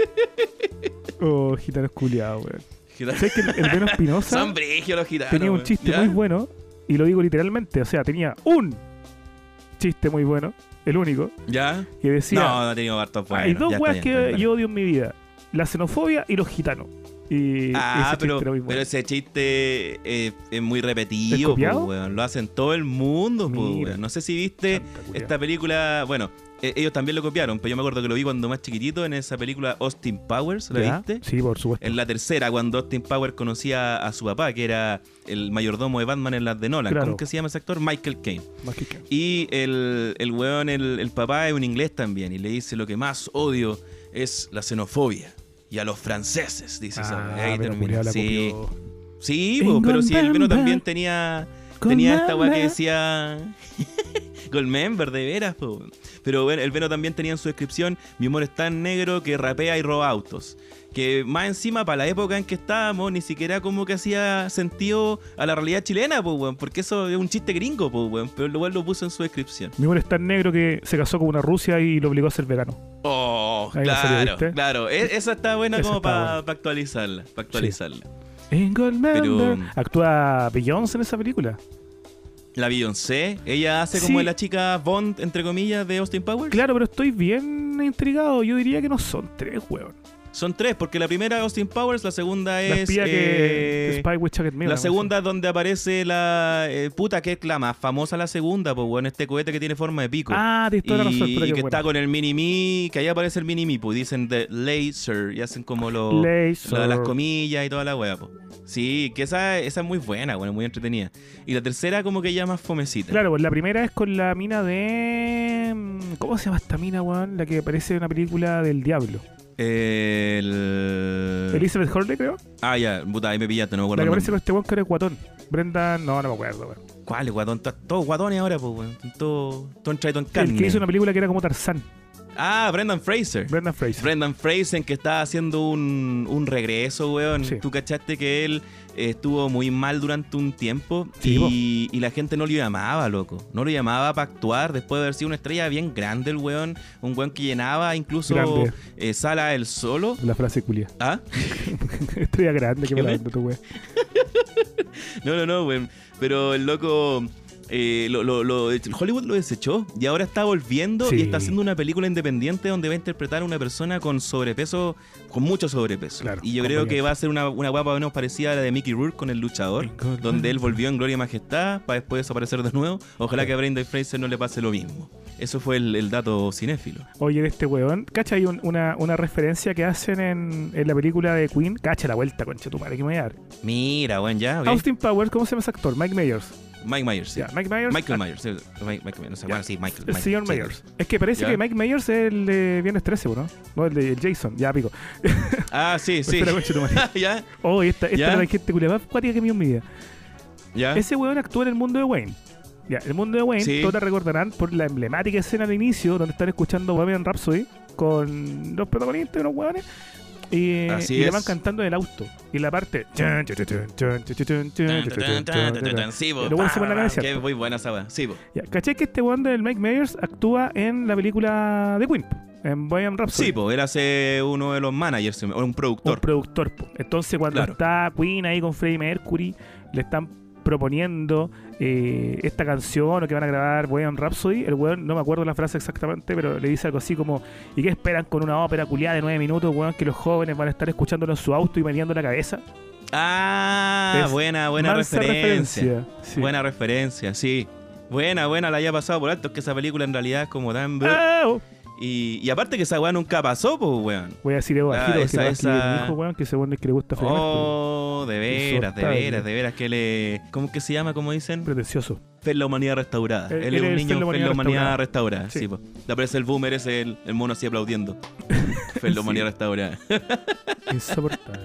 Oh, gitanos culiados, weón. ¿Sabes que el Beno Espinosa Son brigios los gitanos. tenía un weón. chiste ¿Ya? muy bueno? Y lo digo literalmente. O sea, tenía un chiste muy bueno, el único, ¿Ya? que decía... No he tenido hartos buenos. hay dos Ya, weas está que bien, está bien. yo odio en mi vida. La xenofobia y los gitanos. Y ese chiste era muy bueno. pero ese chiste es muy repetido, copiado? po, weón. Lo hacen todo el mundo, po, Mira. weón. No sé si viste Santa culiao. esta película. Bueno, ellos también lo copiaron, pero yo me acuerdo que lo vi cuando más chiquitito en esa película Austin Powers. ¿La ¿Ya? viste? Sí, por supuesto. En la tercera, cuando Austin Powers conocía a su papá, que era el mayordomo de Batman en las de Nolan. Claro. ¿Cómo que se llama ese actor? Michael Caine. Más que qué. Y el weón, el papá es un inglés también. Y le dice: lo que más odio es la xenofobia. Y a los franceses, dice esa weá. Ahí pero termina. culiao la Sí, copió. sí, po, pero si el Veno también tenía esta weá que decía Goldmember, de veras, po. Pero bueno, el Veno también tenía en su descripción: mi humor es tan negro que rapea y roba autos. Que más encima, para la época en que estábamos, ni siquiera como que hacía sentido a la realidad chilena, pues, weón. Porque eso es un chiste gringo, pues, weón. Pero igual lo puso en su descripción. Mi humor es tan negro que se casó con una Rusia y lo obligó a ser vegano. Oh, Ahí la serie, ¿viste? claro. Esa está buena Esa como está para buena. actualizarla. Para actualizarla. En Goldmember. Pero- Actúa Beyoncé en esa película. La Beyoncé, ella hace Sí. como la chica Bond, entre comillas, de Austin Powers. Claro, pero estoy bien intrigado. Yo diría que no son 3, weón. Son 3, porque la primera es Austin Powers, la segunda La es... espía que Spy with Jacket Miller. la segunda es donde aparece la... puta, que es la más famosa la segunda, pues bueno, este cohete que tiene forma de pico. Ah, tienes toda la razón. Y puta, qué que buena. está con el mini-me, que ahí aparece el mini-me, pues dicen The Laser, y hacen como Laser. las comillas y toda la wea, pues. Sí, que esa es muy buena, bueno, muy entretenida. Y la tercera como que ya más fomecita. Claro, pues la primera es con la mina de... ¿Cómo se llama esta mina, weón? La que aparece en una película del diablo. Elizabeth Hurley, creo. Ah, ya, puta, ahí me pillaste, no me acuerdo La que el aparece con nombre. este weón que era guatón. Brendan... No me acuerdo, weón. ¿Cuál es, guatón? Todos guatones ahora, pues, weón. Todo entraído en carne. El que hizo una película que era como Tarzán. Ah, Brendan Fraser. Brendan Fraser. Brendan Fraser, que está haciendo un regreso, weón. Sí. Tú cachaste que él estuvo muy mal durante un tiempo Sí, y la gente no lo llamaba, loco. No lo llamaba para actuar después de haber sido una estrella bien grande el weón. Un weón que llenaba incluso Grande. sala él solo. La frase culia. ¿Ah? Estrella grande que ¿Qué, me weón? dando tu weón. No, weón. Pero el loco... Hollywood lo desechó y ahora está volviendo Sí. y está haciendo una película independiente donde va a interpretar a una persona con sobrepeso, con mucho sobrepeso. Claro, Y yo creo que compañía. va a ser una guapa menos parecida a la de Mickey Rourke con El Luchador, donde él volvió en gloria y majestad para después desaparecer de nuevo. Ojalá que a Brendan Fraser no le pase lo mismo. Eso fue el dato cinéfilo. Oye, de este weón, ¿cacha? Hay una referencia que hacen en la película de Queen. Cacha la vuelta, concha tu madre, que me voy a dar. Mira, weón, ya, ok. Austin Powers, ¿cómo se llama ese actor? Mike Myers. Mike Myers, sí. Ya, Mike Myers. Michael Myers, sí. Mike, no sé, bueno, sí, Michael. El señor sí. Myers. Es que parece Ya. que Mike Myers es el de Viernes 13, ¿no? No, el de Jason. Ya, pico. Ah, sí, sí. Espera, concha tu madre. ya, Oh, esta Ya. es la gente culia más cuática que vi en mi vida. ya. Ese weón actúa en el mundo de Wayne. Ya, el mundo de Wayne, Sí. todos la recordarán por la emblemática escena al inicio donde están escuchando Bohemian Rhapsody con los protagonistas y unos weones. Así y le es. van cantando en el auto. Y la parte. Sí, bo. Lo bueno se pone la cabeza. Qué muy buena esa weá. Sí, bo. Ya, ¿caché que este weón del Mike Myers actúa en la película de Queen? En Bohemian Rhapsody. Sí, pues él hace uno de los managers, o un Un productor. productor. Po. Entonces, cuando Claro. está Queen ahí con Freddie Mercury, le están proponiendo esta canción o que van a grabar Bohemian Rhapsody. El weón, no me acuerdo la frase exactamente, pero le dice algo así como: ¿y qué esperan con una ópera culiada de 9 minutos, weón? Que los jóvenes van a estar escuchándolo en su auto y meneando la cabeza. Ah, Es buena mansa referencia. Sí. Buena referencia, sí. Buena, la haya pasado por alto. Es que esa película en realidad es como tan... Ah, oh. Y aparte que esa weá nunca pasó, pues, weón. Voy a decir algo bajito porque esa- no va a escribir esa- mi hijo, weón, que según es que le gusta Freddie Mercury. Oh, de veras que le... ¿Cómo que se llama? ¿Cómo dicen? Pretencioso. Fe en la humanidad restaurada. Él Él es es un el niño Fe en la fe en la humanidad humanidad restaurada. Sí. Sí, pues. Le aparece el boomer, ese el mono así aplaudiendo. Fe en la humanidad restaurada. Insoportable.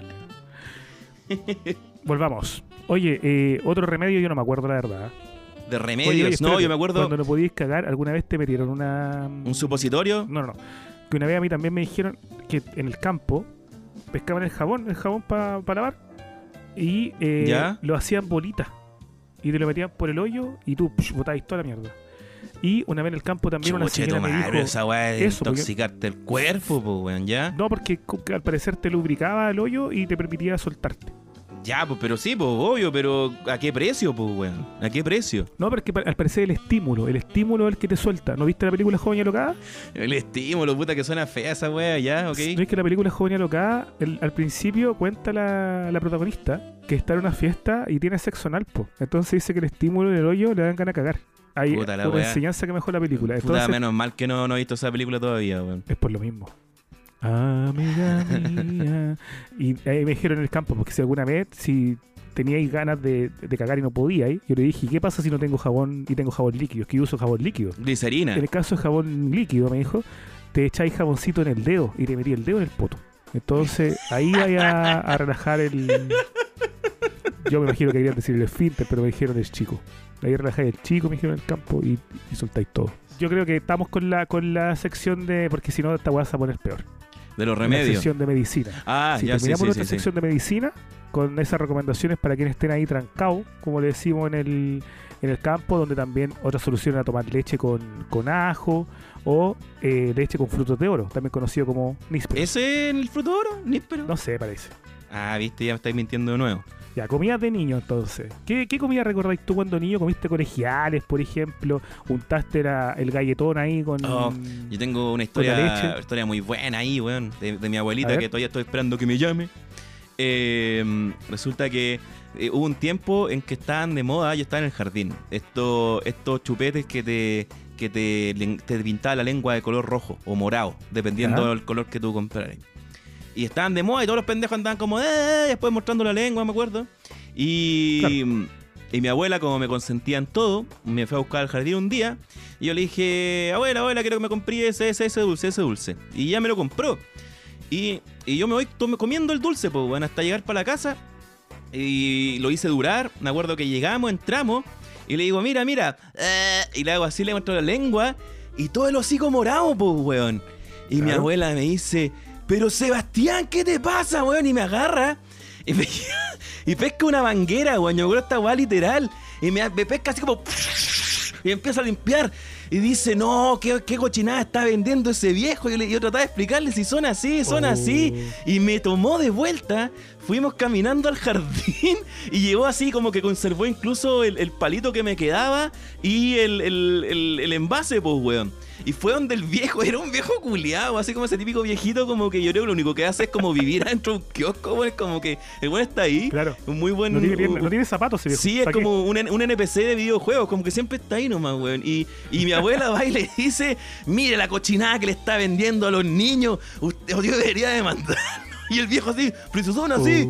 Volvamos. Oye, otro remedio yo no me acuerdo la verdad. De Oye, remedios. oye, No, espérate, yo me acuerdo. Cuando no podías cagar, ¿alguna vez te metieron una... ¿Un supositorio? No. Que una vez a mí también me dijeron que en el campo pescaban el jabón para lavar y ¿Ya? lo hacían bolitas y te lo metían por el hoyo y tú botabas toda la mierda. Y una vez en el campo también una Chuche tu señora me madre, dijo... esa weá de eso, porque- intoxicarte el cuerpo, pues, weón, ¿ya? No, porque al parecer te lubricaba el hoyo y te permitía soltarte. Ya, pues, pero sí, pues, obvio, pero ¿a qué precio, pues, weón? ¿A qué precio? No, porque al parecer el estímulo es el que te suelta. ¿No viste la película Joven y Alocada? El estímulo, puta, que suena fea esa weá, ya, ok. ¿No es que la película Joven y Alocada, al principio cuenta la protagonista que está en una fiesta y tiene sexo anal, po? Entonces dice que el estímulo del hoyo le dan ganas de cagar. Hay Puta la una weá. enseñanza que mejor la película. Puta, Entonces menos mal que no he visto esa película todavía, weón. es por lo mismo. Amiga mía. Y ahí me dijeron en el campo, porque si alguna vez, si teníais ganas de cagar y no podíais, yo le dije, ¿qué pasa si no tengo jabón y tengo jabón líquido? Es que yo uso jabón líquido. Glicerina. En el caso de jabón líquido, me dijo, te echáis jaboncito en el dedo y te metí el dedo en el poto. Entonces, ahí vaya a relajar el... Yo me imagino que querían decir el esfínter, pero me dijeron el chico. Ahí relajáis el chico, me dijeron en el campo, y soltáis todo. Yo creo que estamos con la sección de... Porque si no, esta weá se va a poner peor. De los La remedios. sección de medicina. Ah, Si ya, sí, terminamos sí, nuestra sí, sección de medicina, con esas recomendaciones para quienes estén ahí trancados, como le decimos en el campo, donde también otras soluciones a tomar leche con ajo o leche con frutos de oro, también conocido como níspero. ¿Ese es el fruto de oro? Níspero. No sé, parece. Ah, viste, ya me estáis mintiendo de nuevo. Ya, comidas de niño entonces. ¿Qué comida recordáis tú cuando niño? ¿Comiste colegiales, por ejemplo? ¿Untaste el galletón ahí con Yo tengo una con la leche? historia muy buena ahí, weón, de mi A abuelita, ver. que todavía estoy esperando que me llame. Resulta que hubo un tiempo en que estaban de moda, yo estaba en el jardín, estos chupetes que te pintaba la lengua de color rojo o morado, dependiendo Ajá. del color que tú compraras. Y estaban de moda y todos los pendejos andaban como después mostrando la lengua, me acuerdo. Y mi abuela, como me consentía en todo, me fue a buscar al jardín un día y yo le dije, abuela, quiero que me compré ese dulce. Y ya me lo compró. Y yo me voy comiendo el dulce, pues, bueno, hasta llegar para la casa. Y lo hice durar. Me acuerdo que llegamos, entramos. Y le digo, mira. Y le hago así, le muestro la lengua. Y todo el hocico morado, pues, weón. Y mi Claro. abuela me dice, pero Sebastián, ¿qué te pasa, weón? Y me agarra. Y pesca una manguera, weón. Yo me acuerdo esta weá literal. Y me pesca así como... Y empieza a limpiar. Y dice, no, qué cochinada está vendiendo ese viejo. Y yo trataba de explicarle si son así. Y me tomó de vuelta. Fuimos caminando al jardín. Y llegó así como que conservó incluso el palito que me quedaba. Y el envase, pues, weón. Y fue donde el viejo, era un viejo culiado, así como ese típico viejito, como que yo creo que lo único que hace es como vivir adentro de un kiosco, weón. Es como que el weón está ahí. Claro. Un muy buen... No tiene zapatos ese viejo. Sí, es ¿Pa' qué? como un NPC de videojuegos, como que siempre está ahí nomás, weón. Y mi abuela va y le dice, mire la cochinada que le está vendiendo a los niños, usted debería demandar. Y el viejo así, pero si son así,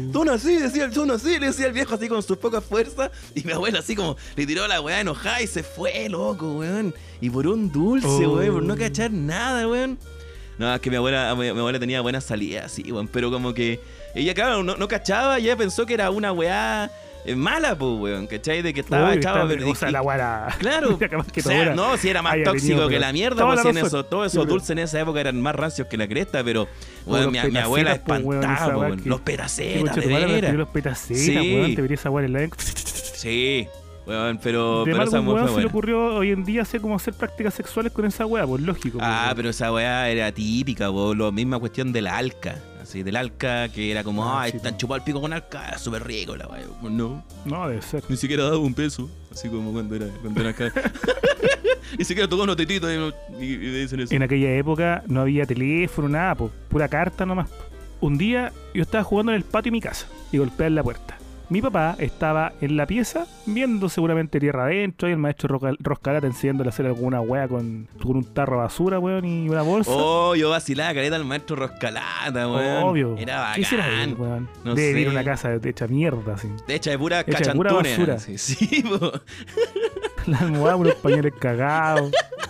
le decía el viejo así con sus pocas fuerzas. Y mi abuela así como le tiró la weá enojada y se fue, loco, weón. Y por un dulce, weón, por no cachar nada, weón. No, es que mi abuela tenía buenas salidas, sí, weón. Pero como que ella, claro, no cachaba, y ella pensó que era una weá mala, pues, weón, ¿cachai? De que estaba echado. O sea, la guara. Claro, que o sea, no, si era más tóxico que la mierda, toda pues la si en razón. todos esos dulces en esa época eran más rancios que la cresta, pero bueno, Los mi abuela petacetas, po, weón, espantaba, esa weá weón. que- Los Sí, petacetas, concha de tu madre, me veras. tiró los petacetas, Sí. weón, te vería esa weá en la lengua. Sí, weón, pero De esa algún fue weón se le buena. ocurrió hoy en día hacer como hacer prácticas sexuales con esa weá, pues lógico. Ah, pues, pero esa weá era típica, weón, la misma cuestión del alca. Así, del alca, que era como, Ah, ay, sí, están po. chupado el pico con alca, es súper rico la weá. No, No, debe ser. ni siquiera daba un peso, así como cuando era acá. Ni siquiera tocó unos tetitos y me dicen eso. En aquella época no había teléfono, nada, pues, pura carta nomás. Un día yo estaba jugando en el patio de mi casa y golpeé en la puerta. Mi papá estaba en la pieza viendo seguramente tierra adentro y el maestro Roscalata enseñándole a hacer alguna wea con un tarro de basura, weón, y una bolsa. Oh, yo vacilaba caleta al maestro Roscalata, weón. Obvio. Era ¿Qué será bacán. él, weón? No Debe sé. vivir en una casa hecha mierda, así. De hecho, de pura Hecha de pura cachantones. basura. así. Sí, po. La almohada, unos pañales cagados.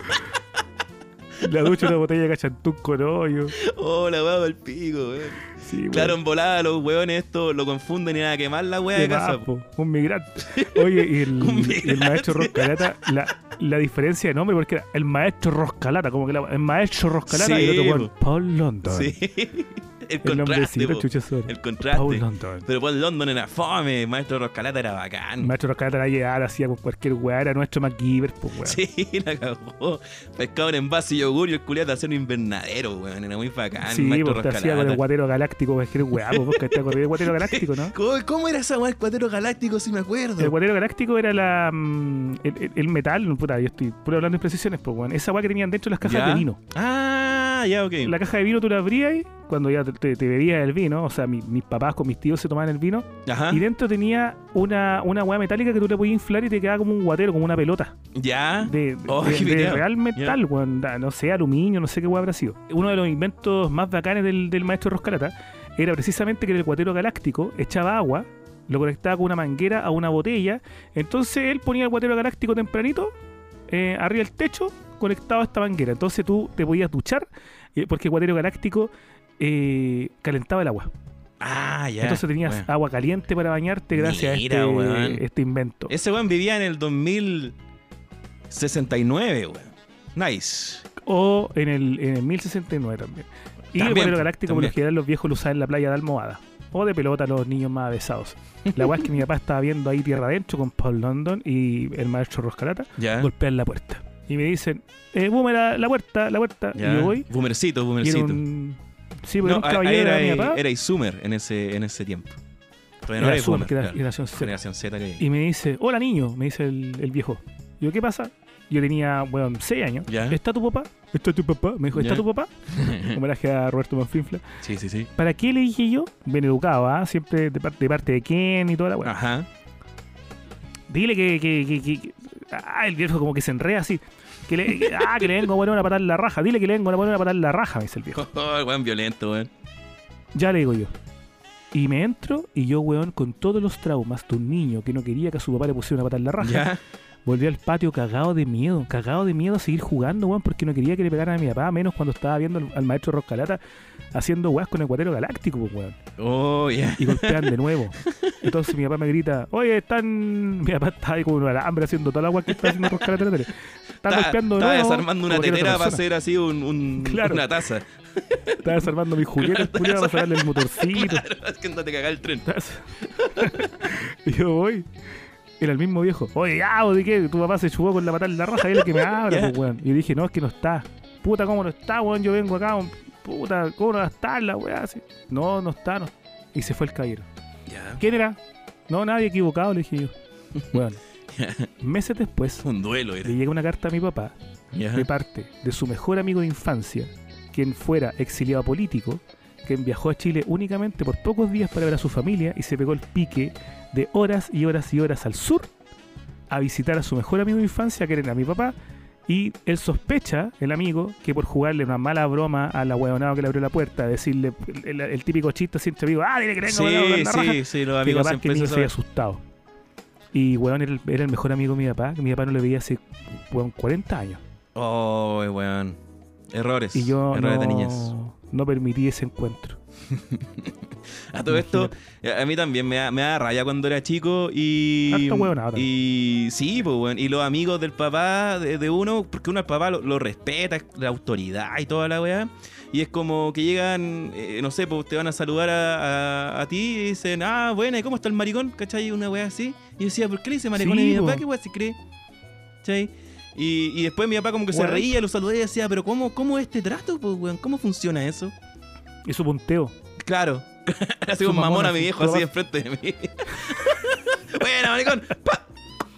La ducha, una botella de cachantún con hoyo. Oh, la weá del pico, weón. Sí, weón. Claro, en volada los weones esto lo confunden y nada, quemar la weá de De casa. más, po, un migrante. Oye, y Un el migrante. maestro Roscalata, la diferencia de nombre, porque era el maestro Roscalata, como que el maestro Roscalata Sí, y el otro weón, po. Paul London. Sí. El El contraste, nombrecito, po. chuchazón. El contraste. Paul London. Pero Paul London era fome, el maestro Roscalata era bacán. El maestro Roscalata la llegaba, hacía con cualquier weá, era nuestro MacGyver, pues weón. Sí, la cagó. Pescaba un envase y yogur y el culiado hacía un invernadero, weón. Era muy bacán. Sí, maestro pues te hacía con Roscalata. el guatero galáctico, cualquier weá, pues que te acordás del guatero galáctico, ¿no? ¿Cómo era esa weá el cuatero galáctico, si me acuerdo? El guatero galáctico era el metal, puta, yo estoy puro hablando de imprecisiones, pues weón. Esa weá que tenían dentro las cajas ¿Ya? de vino. Ah, ya, ok. La caja de vino tú la abrías cuando ya te bebías el vino, o sea, mis papás con mis tíos se tomaban el vino, Ajá. y dentro tenía una hueá metálica que tú le podías inflar y te quedaba como un guatero, como una pelota. Ya. De Oh, qué de piteado. real metal, weón, no sé, aluminio, no sé qué hueá habrá sido. Uno de los inventos más bacanes del maestro Roscalata era precisamente que el guatero galáctico echaba agua, lo conectaba con una manguera a una botella, entonces él ponía el guatero galáctico tempranito, arriba del techo, conectado a esta manguera. Entonces tú te podías duchar, porque el guatero galáctico calentaba el agua. Ah, ya. Entonces tenías Bueno. agua caliente para bañarte gracias Mira, a weón. este invento. Ese weón vivía en el 2069, weón. Nice. O en el 1069 también. Y También, el guatero galáctico, por lo también. general, los viejos lo usaban en la playa de Almohada. O de pelota los niños más avesados. La weá es que mi papá estaba viendo ahí tierra adentro con Paul London y el maestro Roscalata. Ya. Golpean la puerta. Y me dicen, boomer, la puerta. Ya. Y yo voy. Boomercito, Y era boomercito. un Sí, porque No, era un caballero de mi papá. era Izumer en ese tiempo. Todavía no Era era Zoom, Boomer, que era claro. generación Z. Generación Z que Y me dice, hola niño, me dice el viejo. Digo, ¿qué pasa? Yo tenía, bueno, 6 años. Ya. ¿Está tu papá? ¿Está tu papá? Me dijo, ¿está Ya. tu papá? Homenaje a Roberto Manfrinfla. Sí, sí, sí. ¿Para qué le dije yo? Bien educado, ¿ah? Siempre de parte de Ken y toda la weá. Ajá. Dile que el viejo como que se enreda así. Que le vengo a poner una patada en la raja. Dile que le vengo a poner una patada en la raja, me dice el viejo. Oh, weón violento, weón. Ya le digo yo. Y me entro y yo, weón, con todos los traumas de un niño que no quería que a su papá le pusiera una patada en la raja. Ya. Volví al patio cagado de miedo a seguir jugando, weón, porque no quería que le pegaran a mi papá, menos cuando estaba viendo al maestro Roscalata haciendo weas con el Guatero Galáctico, pues, weón. Oh, ya. Y golpean de nuevo. Entonces mi papá me grita, oye, mi papá está ahí con un alambre haciendo toda la wea que está haciendo Roscalata en la tele. Están golpeando de Estaba nuevo. desarmando una como que era otra tetera para persona. hacer así Claro. una taza. Estaba desarmando mis juguetes, culiao, para sacarle el motorcito. Claro, es que no te caga el tren. Y yo voy. Era el mismo viejo. Oye, ya, ¿de qué? Tu papá se chupó con la patada en la raja, dile que me abra, Ya. pues, weón. Y yo dije, no, es que no está. Puta, ¿cómo no está, weón? Yo vengo acá, puta, ¿cómo no va a estar la weá? Así. No, no está, no. Y se fue el caballero. Ya. ¿Quién era? No, nadie equivocado, le dije yo. Bueno, meses después, Un duelo era. le llega una carta a mi papá Ya. de parte de su mejor amigo de infancia, quien fuera exiliado político, quien viajó a Chile únicamente por pocos días para ver a su familia y se pegó el pique de horas y horas y horas al sur a visitar a su mejor amigo de infancia, que era mi papá, y él sospecha, el amigo, que por jugarle una mala broma a la huevonado que le abrió la puerta, decirle el típico chiste así entre amigos, dile que tengo Sí, la raja, sí, los que amigos capaz que siempre el niño se se había saben. asustado. Y weón era el mejor amigo de mi papá, que mi papá no le veía hace weón, 40 años. Oh, weón. Errores. Y yo Errores de niñez. no permití ese encuentro. A todo esto, a mí también me da raya cuando era chico y... Harto huevonao también. Y sí, pues, weón. Y los amigos del papá de uno, porque uno al papá lo respeta, la autoridad y toda la weá. Y es como que llegan, no sé, pues te van a saludar a ti y dicen, ah, bueno, ¿y cómo está el maricón? ¿Cachai? Una weá así. Y yo decía, ¿por qué le dice maricón Sí, a mi papá? po. ¿Qué weá se cree? ¿Cachai? Y después mi papá como que se Weón. reía, lo saludé y decía, pero ¿cómo es este trato, pues, weón? ¿Cómo funciona eso? Y su punteo. Claro. Así Su un mamón mamona, a mi sí, viejo todo así va- enfrente de mí. Bueno, maricón. ¡Pa!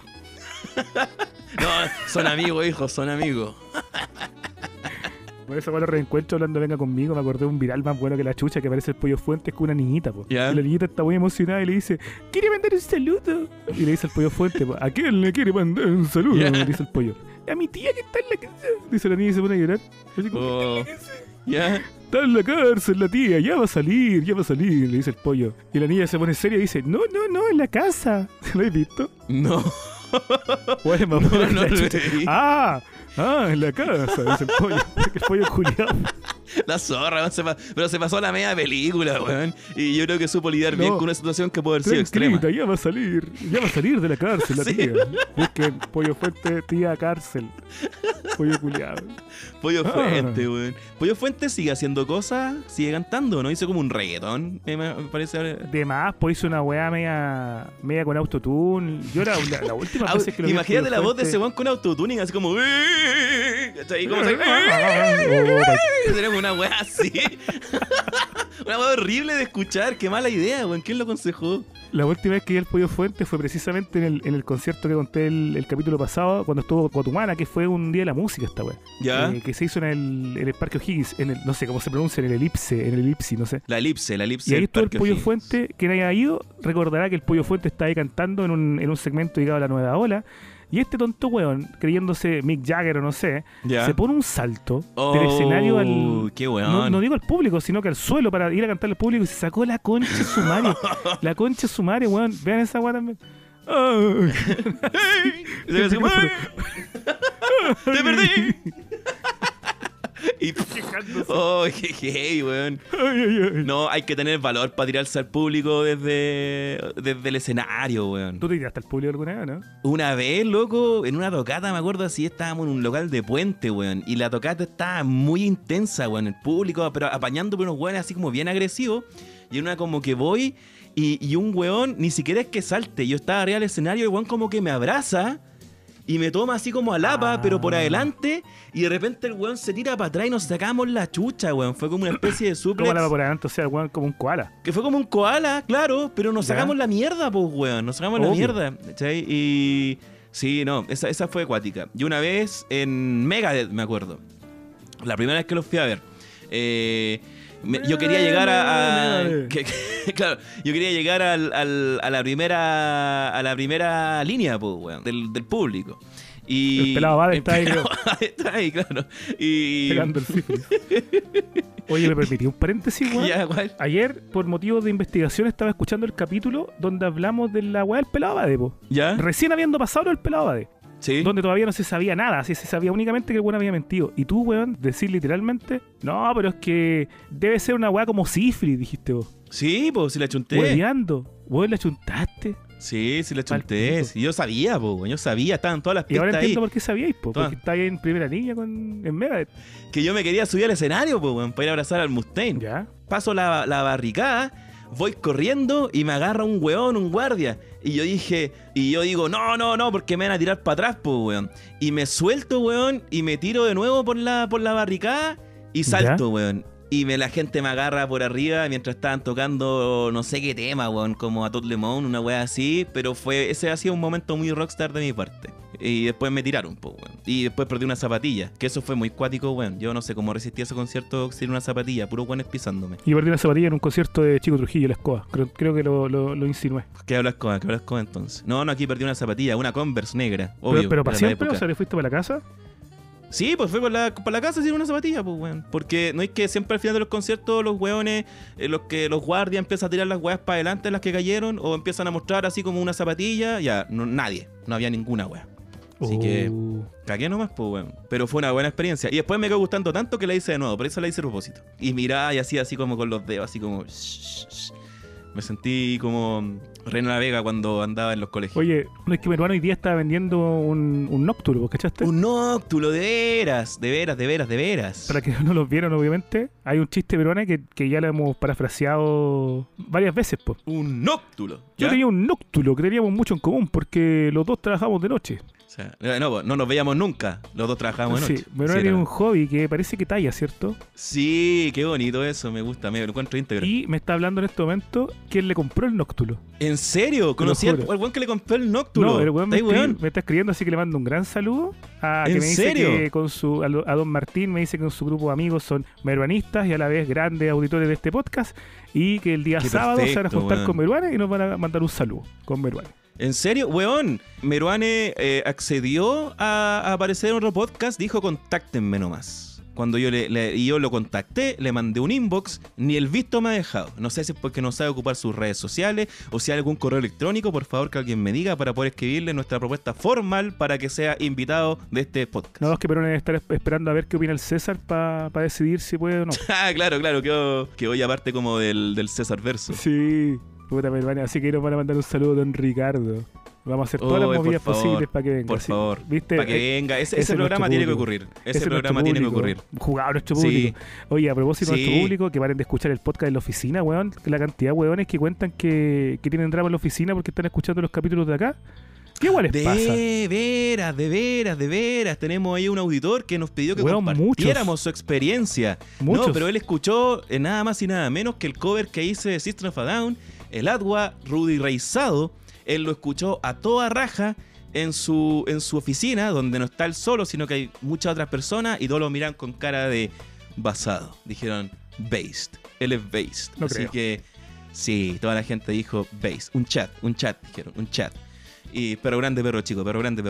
No, son amigos, hijos, son amigos. Por eso cuando reencuentro hablando venga conmigo, me acordé de un viral más bueno que la chucha que aparece el Pollo Fuentes con una niñita, po. Ya. Y la niñita está muy emocionada y le dice, ¿quiere mandar un saludo? Y le dice al Pollo Fuentes, po, ¿a quién le quiere mandar un saludo? Ya. Dice el pollo. A mi tía que está en la casa. Dice la niña y se pone a llorar. Así como, Oh, ya. está en la cárcel la tía, ya va a salir, le dice el pollo. Y la niña se pone seria y dice, no, en la casa. ¿Lo has visto? No. Bueno, No, mamá, no la lo chucha. vi. En la casa, dice el pollo. El pollo culiado. La zorra, weón, pero se pasó la media película, weón. Y yo creo que supo lidiar bien No. con una situación que puede haber sido extrema. Tranquilita, ya va a salir de la cárcel la Sí. tía. Busquen Pollo Fuente, tía cárcel. Pollo culiado. Pollo Ah. Fuente, weón. Pollo Fuente sigue haciendo cosas, sigue cantando, ¿no? Hizo como un reggaetón, me parece. De más, pues hizo una weá media con autotune. Yo era la última Ah, vez que lo vi. imagínate la voz de ese weón. weón con autotuning, así como. ¿Cachai? Como se- Oh, Tenemos una weá así. Una weá horrible de escuchar. Qué mala idea, weón. ¿Quién lo aconsejó? La última vez que vi al Pollo Fuente fue precisamente en el concierto que conté el capítulo pasado, cuando estuvo Guatumana, que fue un día de la música esta weá. Ya. Que se hizo en el Parque O'Higgins, no sé cómo se pronuncia, en el Elipse, no sé. La elipse. Y ahí del estuvo el Parque Pollo O'Higgins. Fuente, que no haya ido, recordará que el Pollo Fuente está ahí cantando en un segmento dedicado a la nueva ola. Y este tonto weón, creyéndose Mick Jagger o no sé, Ya. se pone un salto Oh, del escenario al... qué weón. No digo al público, sino que al suelo para ir a cantarle al público y se sacó la concha de su madre. La concha de su madre, weón. Vean esa weón también. Ay. Y se ve así como, ¡ay! ¡Te perdí! Y oh, qué gay, weón. Ay. No, hay que tener valor para tirarse al público desde el escenario, weón. ¿Tú te tiraste al público alguna vez, no? Una vez, loco, en una tocata, me acuerdo así, estábamos en un local de Puente, weón. Y la tocata estaba muy intensa, weón. El público, pero apañando por unos weones así como bien agresivos. Y en una como que voy y un weón, ni siquiera es que salte. Yo estaba arriba del escenario y el weón como que me abraza. y me toma así como a lapa, Ah. pero por adelante, y de repente el weón se tira para atrás y nos sacamos la chucha, weón. Fue como una especie de suplex. ¿Cómo la va por adelante? O sea, weón, como un koala. Que fue como un koala, claro, pero nos Ya. sacamos la mierda, pues, weón. Nos sacamos la Obvio. mierda, ¿cachai? Y sí, no, esa fue acuática. Y una vez en Megadeth, me acuerdo. La primera vez que los fui a ver. Yo quería llegar claro, yo quería llegar a la primera línea, pues, weón, del público. Y El pelado Bade el está ahí, pelado Bade está ahí, claro. Y Pegando el sífilis. Oye, ¿me permití un paréntesis, weón? ya, igual. Ayer, por motivos de investigación, estaba escuchando el capítulo donde hablamos de la weá del pelado Bade, po. ¿Ya? Recién habiendo pasado el pelado Bade. Sí. Donde todavía no se sabía nada, así se sabía únicamente que el weón había mentido. Y tú, weón, decir literalmente, no, pero es que debe ser una weá como sífilis, dijiste vos. Sí, pues, si la chunté. Hueveando. Weón, la chuntaste. Sí, la Pal chunté. pico. Sí, yo sabía, pues, yo sabía, estaban todas las Y ahora pistas ahí. entiendo por qué sabíais, po. Todas. Porque estáis en primera línea en Megadeth. Que yo me quería subir al escenario, pues, weón, para ir a abrazar al Mustaine. Ya. Paso la barricada, voy corriendo y me agarra un weón, un guardia. Y yo digo, no, porque me van a tirar para atrás, pues, weón. Y me suelto, weón, y me tiro de nuevo por la barricada y salto, weón. Y la gente me agarra por arriba mientras estaban tocando no sé qué tema, weón, como a Tot Lemon, una weá así. Pero ese ha sido un momento muy rockstar de mi parte. Y después me tiraron, pues, weón. Y después perdí una zapatilla, que eso fue muy cuático, weón. Yo no sé cómo resistí ese concierto sin una zapatilla, puro weones pisándome. Y perdí una zapatilla en un concierto de Chico Trujillo, La Escoba. Creo que lo insinué. ¿Qué hablas con entonces? No, aquí perdí una zapatilla, una Converse negra, obvio. Pero para era la siempre, o época. sea, ¿le fuiste para la casa? Sí, pues fue por la casa sin una zapatilla, pues, weón. Porque no es que siempre al final de los conciertos los weones, los guardias empiezan a tirar las weas para adelante, las que cayeron, o empiezan a mostrar así como una zapatilla, ya, nadie, no había ninguna wea. Así que cagué nomás, pues, weón. Pero fue una buena experiencia. Y después me quedó gustando tanto que la hice de nuevo, por eso la hice a propósito. Y miraba y hacía así como con los dedos, así como... Me sentí como Reina Vega cuando andaba en los colegios. Oye, no es que Meruano hoy día estaba vendiendo un Nocturne, ¿vos cachaste? Un nóctulo, de veras. Para que no los vieron, obviamente, hay un chiste peruano que ya lo hemos parafraseado varias veces, pues. Un nóctulo. Yo ¿ya? tenía un Noctulo que teníamos mucho en común porque los dos trabajamos de noche. O sea, no nos veíamos nunca. Los dos trabajábamos de Sí, noche. Meruano Sí, tiene era- un hobby que parece que talla, ¿cierto? Sí, qué bonito eso, me gusta, me lo encuentro íntegro. Y me está hablando en este momento que él le compró el Noctulo. ¿En serio? ¿Conocí al juro. buen que le compró el nóctulo? No, el weón ¿Estáis weón? me está escribiendo, así que le mando un gran saludo. ¿En Que me dice serio? que a don Martín me dice que con su grupo de amigos son meruanistas y a la vez grandes auditores de este podcast. Y que el día Qué sábado se van a perfecto, juntar weón. con Meruane y nos van a mandar un saludo con Meruane. ¿En serio? Weón, Meruane accedió a aparecer en otro podcast, dijo contáctenme nomás. Cuando yo yo lo contacté, le mandé un inbox, ni el visto me ha dejado. No sé si es porque no sabe ocupar sus redes sociales o si hay algún correo electrónico, por favor que alguien me diga para poder escribirle nuestra propuesta formal para que sea invitado de este podcast. No, es que Meruane debe estar esperando a ver qué opina el César para decidir si puede o no. Ah, claro, que hoy aparte como del César Verso. Sí, puta Meruane, así que nos van a mandar un saludo a don Ricardo. Vamos a hacer todas las Oye, por movidas favor, posibles para que venga. Por sí. favor, ¿Viste? para que venga. Ese es programa nuestro tiene que público. ocurrir. Ese es nuestro programa tiene que público. ocurrir. Jugado nuestro Sí. público. Oye, a propósito de Sí. nuestro público, que paren de escuchar el podcast de la oficina, weón. La cantidad de weones que cuentan que tienen drama en la oficina porque están escuchando los capítulos de acá. ¿Qué igual les pasa? De veras. Tenemos ahí un auditor que nos pidió que Weón, compartiéramos su experiencia. Muchos. No, pero él escuchó nada más y nada menos que el cover que hice de System of a Down, el Adwa Rudy Reizado. Él lo escuchó a toda raja en su oficina, donde no está él solo, sino que hay muchas otras personas y todos lo miran con cara de basado. Dijeron, based. Él es based. No Así creo. que sí, toda la gente dijo based. Un chat, dijeron, un chat. Pero grande perro chico.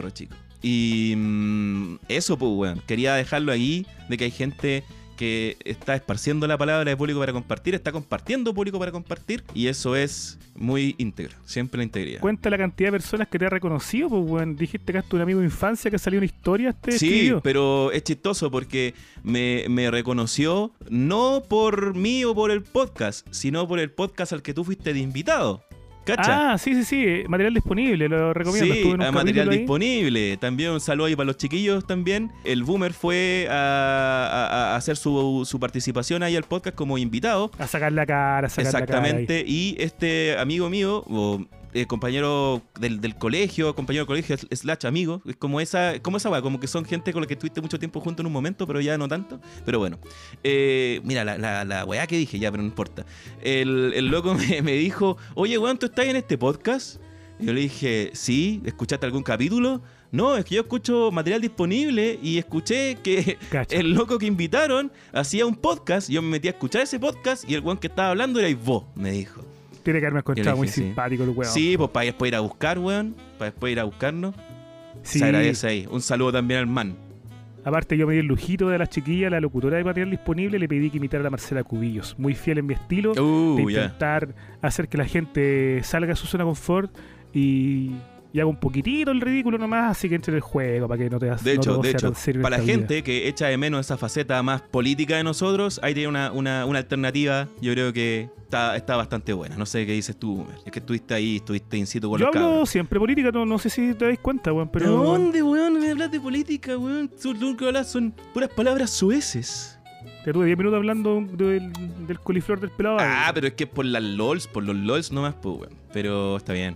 Y eso, pues, weón. Quería dejarlo ahí, de que hay gente que está esparciendo la palabra de público para compartir, está compartiendo público para compartir, y eso es muy íntegro, siempre la integridad. Cuenta la cantidad de personas que te ha reconocido, pues, weón. Dijiste que hasta un amigo de infancia que salió una historia, Sí, escribió. pero es chistoso porque me reconoció no por mí o por el podcast, sino por el podcast al que tú fuiste de invitado. ¿Cacha? Ah, sí. Material disponible, lo recomiendo. Sí, Estuve en un a material capítulo ahí. disponible. También un saludo ahí para los chiquillos también. El Boomer fue a hacer su participación ahí al podcast como invitado. A sacar la cara, Exactamente. Y este amigo mío, o compañero del colegio, compañero del colegio / amigo. Es como esa weá, como que son gente con la que estuviste mucho tiempo junto en un momento, pero ya no tanto. Pero bueno. Mira, la weá que dije, ya, pero no importa. El loco me dijo, oye, weón, ¿tú estás en este podcast? Y yo le dije, sí, ¿escuchaste algún capítulo? No, es que yo escucho material disponible y escuché que Cacha. el loco que invitaron hacía un podcast. Yo me metí a escuchar ese podcast y el weón que estaba hablando erais vos, me dijo. Tiene que haberme Yo le encontrado muy dije, sí. simpático el weón. Sí, pues para después ir a buscar, weón. Para después ir a buscarnos. Sí. Se agradece ahí. Un saludo también al man. Aparte, yo me di el lujito de las chiquillas, la locutora de material disponible, le pedí que imitara a la Marcela Cubillos. Muy fiel en mi estilo, de Ya. intentar hacer que la gente salga de su zona de confort y haga un poquitito el ridículo nomás, así que entre en el juego para que no te De hecho, sea tan serio en para la esta vida. gente que echa de menos esa faceta más política de nosotros, ahí tiene una alternativa. Yo creo que está bastante buena. No sé qué dices tú, Homer. Es que estuviste ahí, estuviste in situ con Yo los hablo cabros. siempre política, no sé si te dais cuenta, weón, pero... ¿De dónde, weón? Me hablas de política, weón. Tú lo único que hablas son puras palabras sueces. Te tuve 10 minutos hablando del coliflor del pelado. Ah, pero es que por los LOLs nomás, pues, weón. Pero está bien.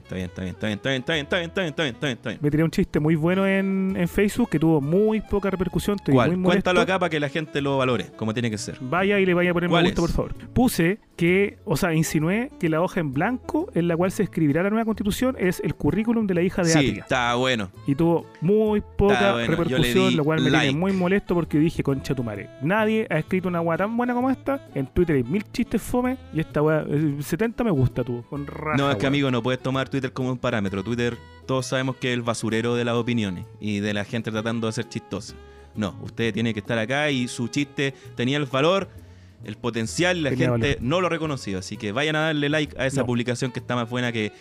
Me tiré un chiste muy bueno en Facebook que tuvo muy poca repercusión. Estoy muy ¿Cuál? molesto. Cuéntalo acá para que la gente lo valore, como tiene que ser. Vaya y le vaya a poner me ¿Cuál gusta, es? por favor. Puse que, insinué que la hoja en blanco en la cual se escribirá la nueva constitución es el currículum de la hija de Sí, Atria. está bueno. Y tuvo muy poca Está bueno, yo le repercusión, di lo cual me like. tiene muy molesto porque dije, concha tu madre, nadie ha escrito una weá tan buena como esta. En Twitter hay 1000 chistes fome y esta weá, 70 me gusta tú, con raja. No, es que weón. amigo, no puedes tomar Twitter como un parámetro. Twitter, todos sabemos que es el basurero de las opiniones y de la gente tratando de ser chistosa. No, usted tiene que estar acá y su chiste tenía el valor, el potencial, y la Tenía gente valor. no lo reconoció. Así que vayan a darle like a esa No. publicación que está más buena que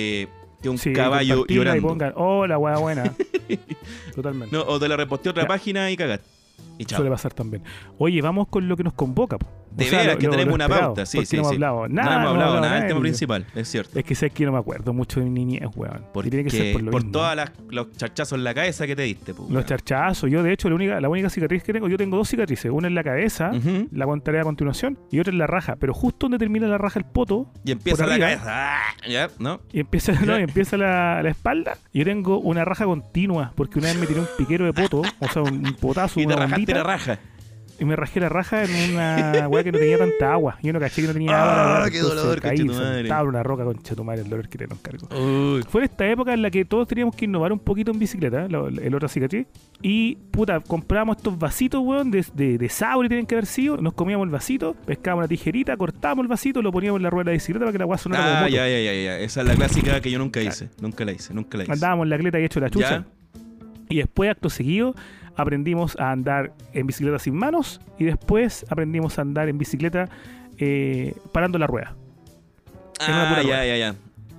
un Sí, caballo compartirla llorando. y pongan, oh, la weá buena. Totalmente. No, o te la reposteé a otra página y cagaste. Y chao. Suele pasar también. Oye, vamos con lo que nos convoca. Po. De veras que tenemos una esperado, pauta, sí, porque sí, no hemos sí. hablado No nada. hemos hablado nada del de tema ello. principal, es cierto. Es que sé que no me acuerdo mucho de mi niñez, weón. Y tiene que ser por lo por mismo. todos los charchazos en la cabeza que te diste, pues. Los charchazos. Yo, de hecho, la única cicatriz que tengo, yo tengo 2 cicatrices. Una en la cabeza, Ujú. la contaré a continuación, y otra en la raja. Pero justo donde termina la raja el poto, Y empieza por la arriba, cabeza. ¡Ah! Ya, ¿no? y empieza, no, y empieza la espalda, yo tengo una raja continua, porque una vez me tiré un piquero de poto, o sea, un potazo, Y te una rajaste bombita, la raja. y me rajé la raja en una weá que no tenía tanta agua. Yo no caché que no tenía Ah, agua. la weá, qué entonces dolor, caí, conchetumadre. sentado en una roca, conchetumadre, el dolor que te nos cargo. Uy. Fue en esta época en la que todos teníamos que innovar un poquito en bicicleta, el otra cicatriz. Y, puta, comprábamos estos vasitos, weón, de Sauri tienen que haber sido. Nos comíamos el vasito, pescábamos una tijerita, cortábamos el vasito, lo poníamos en la rueda de la bicicleta para que la weá sonara como moto. Ya. Esa es la clásica que yo nunca hice. Nunca la hice. Andábamos en la cleta y hecho la chucha. Ya. Y después, acto seguido, aprendimos a andar en bicicleta sin manos. Y después aprendimos a andar en bicicleta parando la rueda. En una pura rueda. Ya.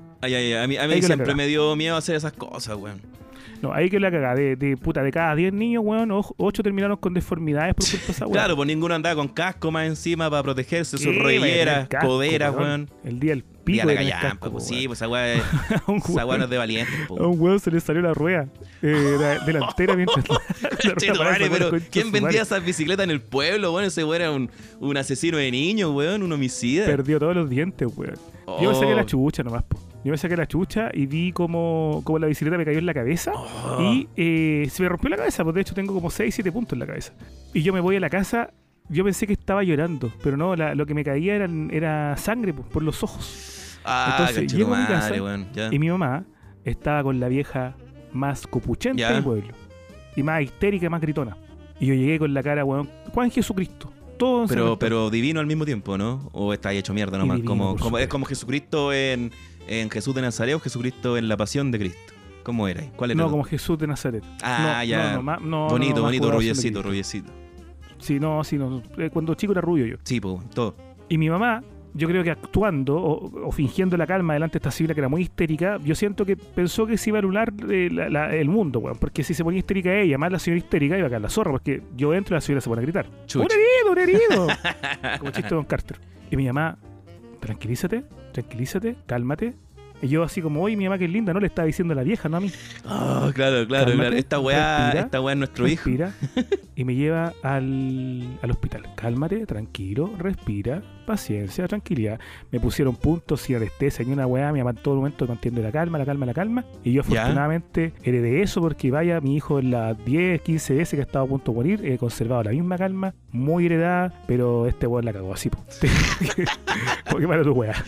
A mí Ahí que la siempre cagá. me dio miedo hacer esas cosas, weón. No, ahí que la cagada. De cada 10 niños, weón, 8 terminaron con deformidades por culpa de esa weá. Claro, pues ninguno andaba con casco más encima para protegerse, sus Sí, rodilleras, casco, coderas, weón. El día del Y pico a la de tener callampa, casco, pues po, sí, weón. pues esa weá es- A un esa weá no weón- es de valiente, a po. un weón se le salió la rueda delantera mientras la Che, rueda madre, parada, pero concha ¿quién su vendía madre. esas bicicletas en el pueblo, weón? Ese weón era un asesino de niños, weón, un homicida. Perdió todos los dientes, weón. Oh. Yo me saqué la chucha nomás, po. Yo me saqué la chucha y vi como la bicicleta me cayó en la cabeza Oh. y se me rompió la cabeza, pues de hecho tengo como 6, 7 puntos en la cabeza. Y yo me voy a la casa, yo pensé que estaba llorando, pero no, lo que me caía era sangre pues, por los ojos. Entonces, llego a mi casa weón. Ya. Y mi mamá estaba con la vieja más copuchenta Ya. del pueblo. Y más histérica y más gritona. Y yo llegué con la cara, weón, Juan Jesucristo. Todo Pero divino al mismo tiempo, ¿no? ¿O está ahí hecho mierda Y nomás? divino, Como, por como, es supuesto. como Jesucristo en Jesús de Nazaret o Jesucristo en la Pasión de Cristo. ¿Cómo era? ¿Cuál era? No, como Jesús de Nazaret. Ah, No, ya. no, no, bonito, no, más bonito, jugazo de rubiecito, Cristo. rubiecito. Sí, no. Cuando chico era rubio yo. Sí, pues, todo. Y mi mamá, yo creo que actuando o fingiendo la calma delante de esta civila que era muy histérica, yo siento que pensó que se iba a anular el mundo, weón. Porque si se ponía histérica ella, más la señora histérica, iba a caer la zorra. Porque yo entro y la señora se pone a gritar. Chucha. ¡Un herido! Como chiste de Don Carter. Y mi mamá, tranquilízate, cálmate. Y yo así como, oye, mi mamá que es linda, no le estaba diciendo a la vieja, no a mí. Ah, claro. Cálmate, Esta weá es nuestro hijo. Respira. y me lleva al hospital. Cálmate, tranquilo, respira, paciencia, tranquilidad. Me pusieron puntos sin anestesia ni una weá. Mi mamá en todo momento manteniendo la calma. Y yo afortunadamente heredé eso porque vaya, mi hijo en las 10, 15 veces que estaba a punto de morir, he conservado la misma calma, muy heredada, pero este weón la cagó así, po. Porque para tu weá.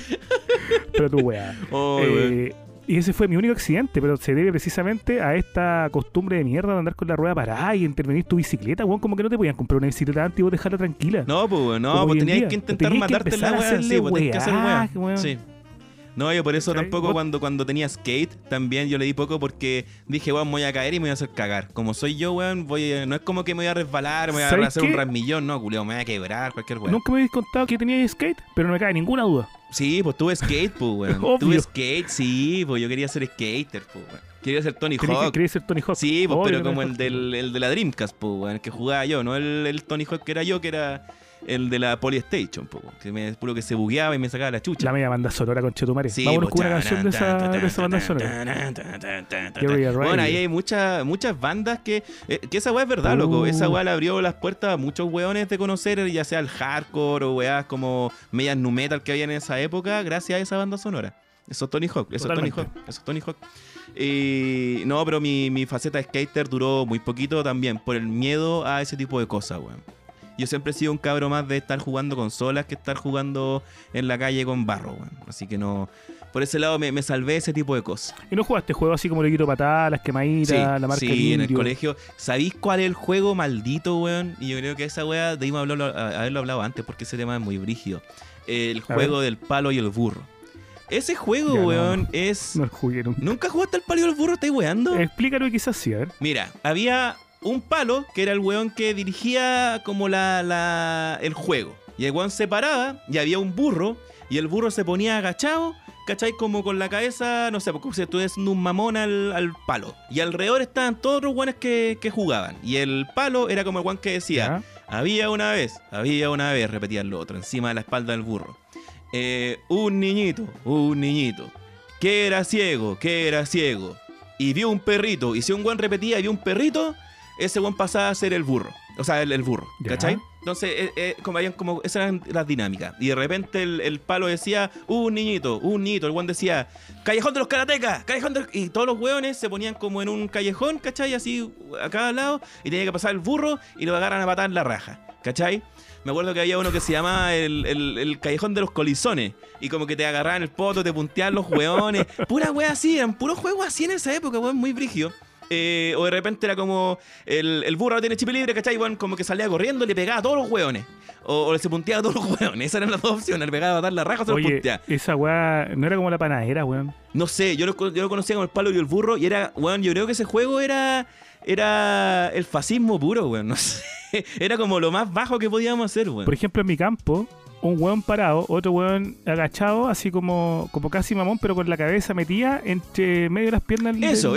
Y ese fue mi único accidente, pero se debe precisamente a esta costumbre de mierda de andar con la rueda parada y intervenir tu bicicleta, weón. Como que no te podían comprar una bicicleta antes y vos dejarla tranquila. No, pues, tenías que intentar matarte en la weá. Sí, pues tenías que hacer weá. Sí. No, yo por eso tampoco cuando tenía skate, también yo le di poco porque dije, weón, me voy a caer y me voy a hacer cagar. Como soy yo, weón, no es como que me voy a resbalar, me voy a hacer un rasmillón, no, culeo, me voy a quebrar, cualquier weón. Nunca me habéis contado que tenía skate, pero no me cae ninguna duda. Sí, pues tuve skate, pues, weón. Tuve skate, sí, pues yo quería ser skater, pues, weón. Quería ser Tony Hawk. Quería ser Tony Hawk. Sí, pues, pero como el de la Dreamcast, pues, weón, el que jugaba yo, no el Tony Hawk que era yo, que era el de la Polystation, que me puro que se bugueaba y me sacaba la chucha. La media banda sonora con Chetumare. Sí, vámonos con una canción de esa banda sonora. Bueno, ahí hay muchas bandas que esa weá es verdad, loco. Esa weá le abrió las puertas a muchos weones de conocer, ya sea el hardcore o weas como medias nu metal que había en esa época, gracias a esa banda sonora. Eso es Tony Hawk, no, pero mi faceta de skater duró muy poquito también, por el miedo a ese tipo de cosas, weón. Yo siempre he sido un cabro más de estar jugando consolas que estar jugando en la calle con barro, weón. Así que no, por ese lado me salvé ese tipo de cosas. ¿Y no jugaste juegos así como le quito patadas, las quemaditas, la marca Sí, en el colegio. ¿Sabéis cuál es el juego maldito, weón? Y yo creo que esa weá debimos haberlo hablado antes porque ese tema es muy brígido. El juego del palo y el burro. Ese juego, weón, es... No lo jugué nunca. ¿Nunca jugaste al palo y el burro? ¿Estáis weando? Explícalo y quizás sí, a ver. Mira, había un palo que era el weón que dirigía como el juego. Y el weón se paraba y había un burro y el burro se ponía agachado, ¿cachai? Como con la cabeza, no sé, porque si tú eres un mamón al palo. Y alrededor estaban todos los weones que jugaban. Y el palo era como el weón que decía, había una vez, repetía el otro, encima de la espalda del burro. Un niñito, que era ciego, y vio un perrito. Y si un weón repetía y vio un perrito, ese weón pasaba a ser el burro. O sea, el burro, ¿cachai? Entonces, como esas eran las dinámicas. Y de repente el palo decía, un niñito. El weón decía, callejón de los karatecas, Y todos los weones se ponían como en un callejón, ¿cachai? Así a cada lado. Y tenía que pasar el burro y lo agarran a patar en la raja, ¿cachai? Me acuerdo que había uno que se llamaba el callejón de los colizones. Y como que te agarraban el poto, te punteaban los weones. Pura wea así, eran puros juegos así en esa época, weón, muy brígido. O de repente era como el burro no tiene chip libre, ¿cachai? Bueno, como que salía corriendo y le pegaba a todos los hueones. O se punteaba a todos los hueones. Esas eran las dos opciones. Le pegaba a dar la raja o se los punteaba. Esa weá no era como la panadera, weón. No sé, yo lo conocía como el palo y el burro. Y era, weón, yo creo que ese juego era el fascismo puro, weón. No sé. Era como lo más bajo que podíamos hacer, weón. Por ejemplo, en mi campo, un weón parado, otro weón agachado, así como casi mamón, pero con la cabeza metida entre medio de las piernas eso.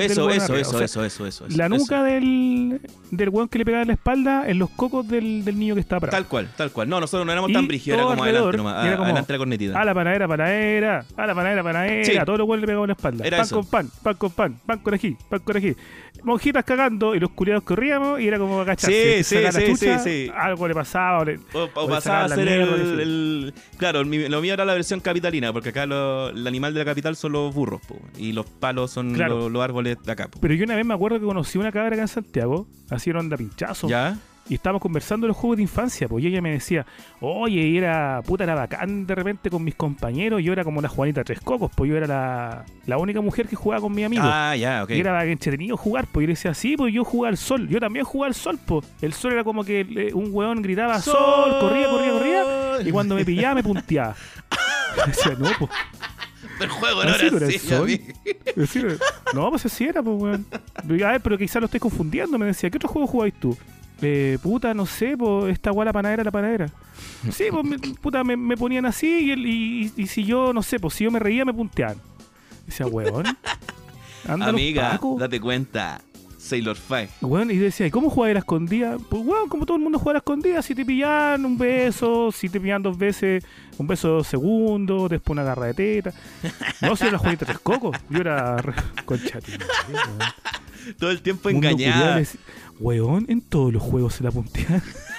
La nuca del weón que le pegaba en la espalda en los cocos del niño que estaba parado. Tal cual. No, nosotros no éramos tan brígidos, era como adelante nomás, adelante la cornetita. A la panadera, sí. A todos los weones le pegaban en la espalda. Era pan con pan, pan con ají. Monjitas cagando y los culiados corríamos y era como agacharse. Sí. Algo le pasaba. O pasaba a ser claro, lo mío era la versión capitalina, porque acá el animal de la capital son los burros, po, y los palos son los árboles de acá, po. Pero yo una vez me acuerdo que conocí una cabra acá en Santiago, así era onda pinchazo. ¿Ya? Y estábamos conversando de los juegos de infancia, pues, y ella me decía, oye, era bacán de repente con mis compañeros. Yo era como la Juanita Tres Cocos, pues yo era la única mujer que jugaba con mis amigos. Ya, ok. Y era entretenido jugar, pues. Y le decía, sí, pues yo jugaba al sol. Yo también jugaba al sol, pues. El sol era como que un weón gritaba sol, corría. Y cuando me pillaba, me punteaba. Y decía, no, pues. El juego no era así. No, pues así era, pues, weón. A ver, pero quizás lo estoy confundiendo. Me decía, ¿qué otro juego jugáis tú? Puta, no sé, pues esta weá la panadera. Sí, pues me ponían así y si yo, no sé, pues si yo me reía me punteaban. Decía, weón. Amiga, date cuenta. Sailor Five. Weón, y decía, ¿y cómo jugaba a la escondida? Pues weón, como todo el mundo juega a la escondida, si te pillan un beso, si te pillan 2 veces, un beso de 2 segundos, después una garra de teta. No, si era la Juanita Tres Cocos. Yo era concha, tío, Todo el tiempo Mundo engañada. culiao, weón, en todos los juegos se la puntean.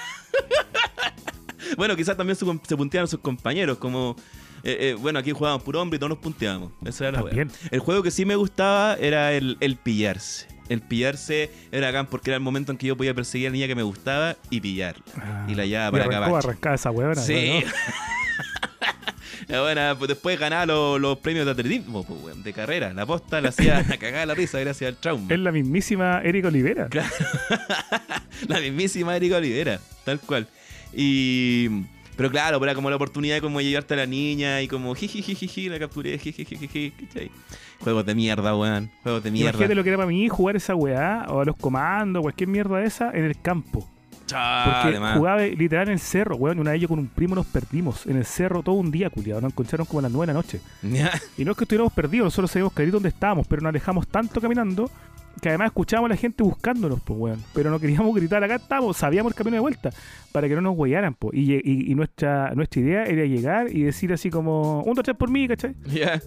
Bueno, quizás también se puntearon sus compañeros, como... bueno, aquí jugábamos por hombre y todos nos punteábamos. Esa era la También. wea. El juego que sí me gustaba era el pillarse. El pillarse era acá porque era el momento en que yo podía perseguir a la niña que me gustaba y pillarla. Ah, Y la llevaba y para acá. arrancaba esa weona. Sí. ¿no? Ya, bueno, pues después ganaba los premios de atletismo, pues, weón, de carrera. La posta la hacía a cagar la risa gracias al trauma. Es la mismísima Erika Olivera. Claro. La mismísima Erika Olivera, tal cual. Pero claro, era como la oportunidad de como llevarte a la niña y como jijijijiji, la capturé, jijijijiji, ¿cachai? Juegos de mierda, weón. Juegos de mierda. Imagínate lo que era para mí jugar esa weá, o a los comandos, cualquier mierda de esa, en el campo. Porque Además. jugaba literal en el cerro, weón. Una vez yo con un primo nos perdimos en el cerro todo un día, culiado. Nos encontraron como a las 9 de la noche. Y no es que estuviéramos perdidos, nosotros sabíamos clarito dónde estábamos, pero nos alejamos tanto caminando que además escuchábamos a la gente buscándonos, pues, weón. Pero no queríamos gritar, acá estamos, sabíamos el camino de vuelta, para que no nos huellaran, pues. Y nuestra idea era llegar y decir así como, 1, 2, 3 por mí, ¿cachai? Ya.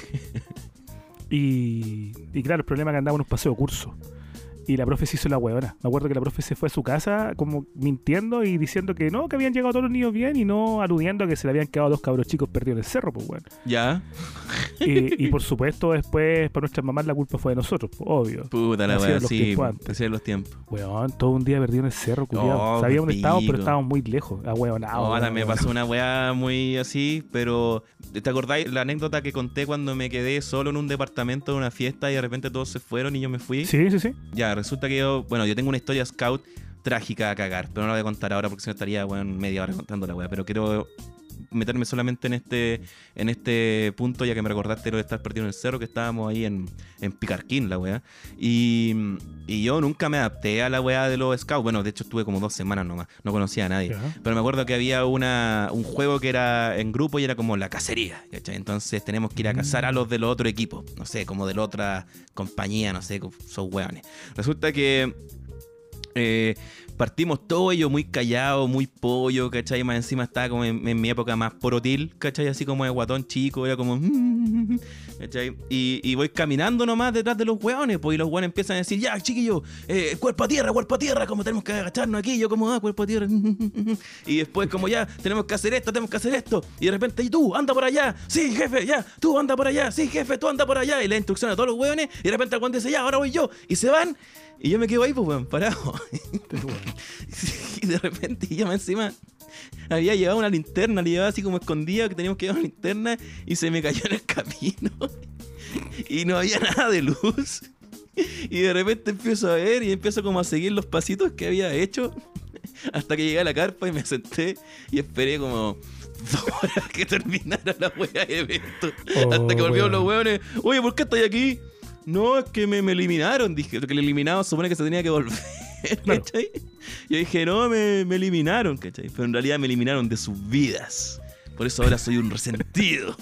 Y claro, el problema es que andábamos en un paseo curso. Y la profe se hizo la huevona. Me acuerdo que la profe se fue a su casa como mintiendo y diciendo que no, que habían llegado todos los niños bien y no aludiendo a que se le habían quedado 2 cabros chicos perdidos en el cerro, pues, weón. Ya. Y por supuesto, después, para nuestras mamás, la culpa fue de nosotros, pues, obvio. Puta la Así weá, eran los sí. tiempos antes. Así eran los tiempos. Weón, todo un día perdido en el cerro, culiado. Oh, Sabíamos dónde estábamos, pero pico. estábamos muy lejos. Ah, weón, Ahora me pasó una weá muy así, pero ¿te acordáis la anécdota que conté cuando me quedé solo en un departamento de una fiesta y de repente todos se fueron y yo me fui? Sí, sí, sí. Ya, resulta que yo tengo una historia scout trágica a cagar, pero no la voy a contar ahora porque si no estaría, media hora contando la weá, pero quiero meterme solamente en este punto, ya que me recordaste lo de estar perdido en el cerro, que estábamos ahí en Picarquín, la weá. Y yo nunca me adapté a la weá de los scouts. Bueno, de hecho estuve como 2 semanas nomás, no conocía a nadie. Ya. Pero me acuerdo que había un juego que era en grupo y era como la cacería, ¿cachai? Entonces tenemos que ir a cazar a los del otro equipo, no sé, como de la otra compañía, no sé, son weones. Resulta que partimos todo ello muy callado, muy pollo, ¿cachai? Más encima estaba como en mi época más porotil, ¿cachai? Así como de guatón chico, era como... ¿cachai? Y voy caminando nomás detrás de los hueones, pues, y los hueones empiezan a decir, ya, chiquillo, cuerpo a tierra, como tenemos que agacharnos aquí, yo como, cuerpo a tierra. Y después como, ya, tenemos que hacer esto. Y de repente, y tú, anda por allá, sí, jefe, ya, tú anda por allá, sí, jefe, tú anda por allá. Y le da instrucción a todos los hueones, y de repente el hueón dice, ya, ahora voy yo. Y se van. Y yo me quedo ahí, pues, weón, parado. Y de repente, yo encima había llevado una linterna, le llevaba así como escondida, que teníamos que llevar una linterna, y se me cayó en el camino. Y no había nada de luz. Y de repente empiezo a ver y empiezo como a seguir los pasitos que había hecho, hasta que llegué a la carpa y me senté y esperé como 2 horas que terminara la wea de evento. Hasta que volvieron los hueones. Oye, ¿por qué estoy aquí? No, es que me eliminaron. Dije, lo que le eliminaron supone que se tenía que volver. Claro. ¿Cachai? Yo dije, no, me eliminaron, ¿cachai? Pero en realidad me eliminaron de sus vidas. Por eso ahora soy un resentido.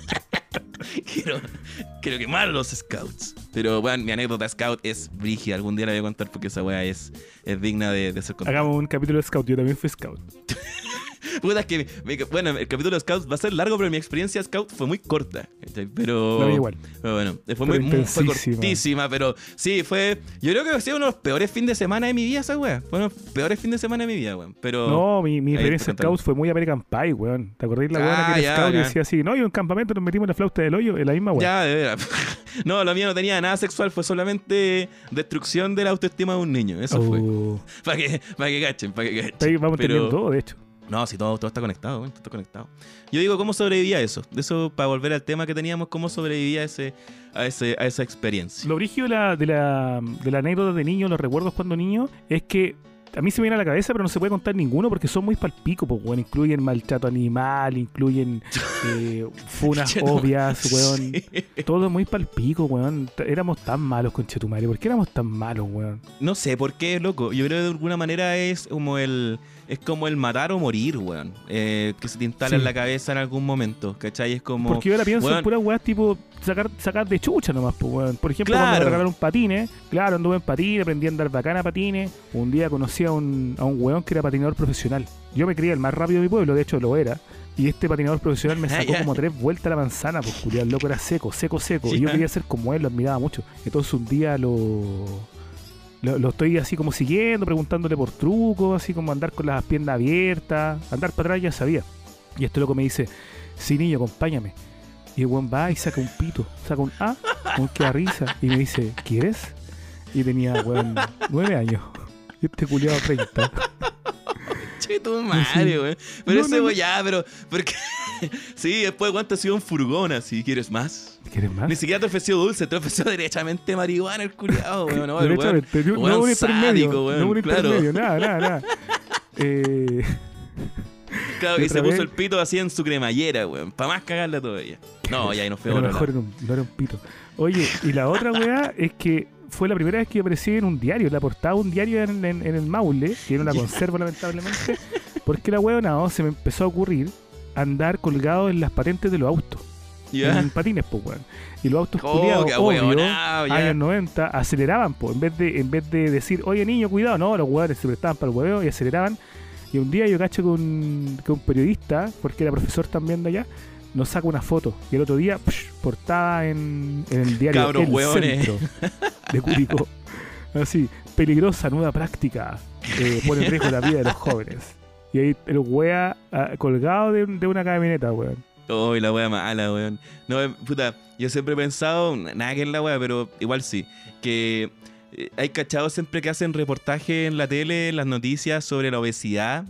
Quiero quemar a los scouts. Pero bueno, mi anécdota scout es brígida. Algún día la voy a contar porque esa weá es digna de ser contada. Hagamos un capítulo de Scout, yo también fui Scout. Puta, es que bueno, el capítulo de Scouts va a ser largo, pero mi experiencia Scout fue muy corta, ¿cachai? Pero La mía igual. Pero bueno, fue Pero fue intensísima. cortísima, pero sí, yo creo que ha sido uno de los peores fines de semana de mi vida esa wea. Fue uno de los peores fines de semana de mi vida, weón. Pero No, mi ahí experiencia te Scout fue muy American Pie, weón. ¿Te acordás la weona que era ya, Scout y ya. decía así, no, y en un campamento nos metimos en la flauta del hoyo, en la misma weón? ya, de veras. No, lo mío no tenía nada sexual, fue solamente destrucción de la autoestima de un niño. Eso fue. Para que cachen. Ahí vamos Pero- entendiendo todo, de hecho. No, si todo está conectado, güey, todo está conectado. Yo digo, ¿cómo sobrevivía eso? De eso, para volver al tema que teníamos, ¿cómo sobrevivía a esa experiencia? Lo brígido de la anécdota de niño, los recuerdos cuando niño, es que a mí se me viene a la cabeza, pero no se puede contar ninguno porque son muy palpico, pues, weón. Incluyen maltrato animal, incluyen funas obvias, weón. Sí. Todo muy palpico, weón. Éramos tan malos con Chetumare. ¿Por qué éramos tan malos, weón? No sé por qué, loco. Yo creo que de alguna manera es como el matar o morir, weón. Que se te instala Sí. en la cabeza en algún momento, ¿cachai? Es como... Porque yo ahora pienso weón, en puras weas tipo sacar de chucha nomás, pues, weón. Por ejemplo, Claro. cuando me regalaron patines, claro, anduve en patines, aprendí a andar bacana a patines. Un día conocí a un weón que era patinador profesional. Yo me creía el más rápido de mi pueblo, de hecho lo era. Y este patinador profesional me sacó Ya. como 3 vueltas a la manzana, pues culiao, el loco era seco. Y yo Ya. quería ser como él, lo admiraba mucho. Entonces un día lo estoy así como siguiendo, preguntándole por trucos, así como andar con las piernas abiertas, andar para atrás ya sabía. Y este loco me dice, sí niño, acompáñame. Y el weón va y saca un pito, saca un A, un que da risa, y me dice, ¿quieres? Y tenía, weón, 9 años. Y este culiado 30. Che, tu madre, weón. Pero No, ese, no, no. weón, ya, pero. Porque. Sí, después de cuánto ha sido un furgón así. ¿Quieres más? ¿Quieres más? Ni siquiera te ofreció dulce, te ofreció derechamente marihuana el culiado, weón. No, el weón. Derechamente, no weón un intermedio, sádico, weón, no un claro. intermedio, nada. Claro, Y y se otra puso vez- el pito así en su cremallera, weón. Para más cagarla todavía. No, ya ahí nos A fuimos lo a otro mejor lado. no era un pito. Oye, y la otra weá es que fue la primera vez que aparecí en un diario, la portada de un diario en el Maule, que no la conservo lamentablemente, porque la weá se me empezó a ocurrir andar colgado en las patentes de los autos. Ya. En patines, pues, weón. Y los autos Oh, culiados, qué obvio, ahueonao, ya. años 90, aceleraban, pues. En vez de decir, oye niño, cuidado, no, los weones se prestaban para el hueveo y aceleraban. Y un día yo cacho que un periodista, porque era profesor también de allá, nos saca una foto. Y el otro día, portada en el diario Cabros El hueones. Centro de Curicó. Así, peligrosa nueva práctica. Pone en riesgo la vida de los jóvenes. Y ahí el wea colgado de una camioneta, weón. Oh, la wea mala, weón. No, puta, yo siempre he pensado, nada que es la wea, pero igual sí, que hay cachados siempre que hacen reportajes en la tele, en las noticias sobre la obesidad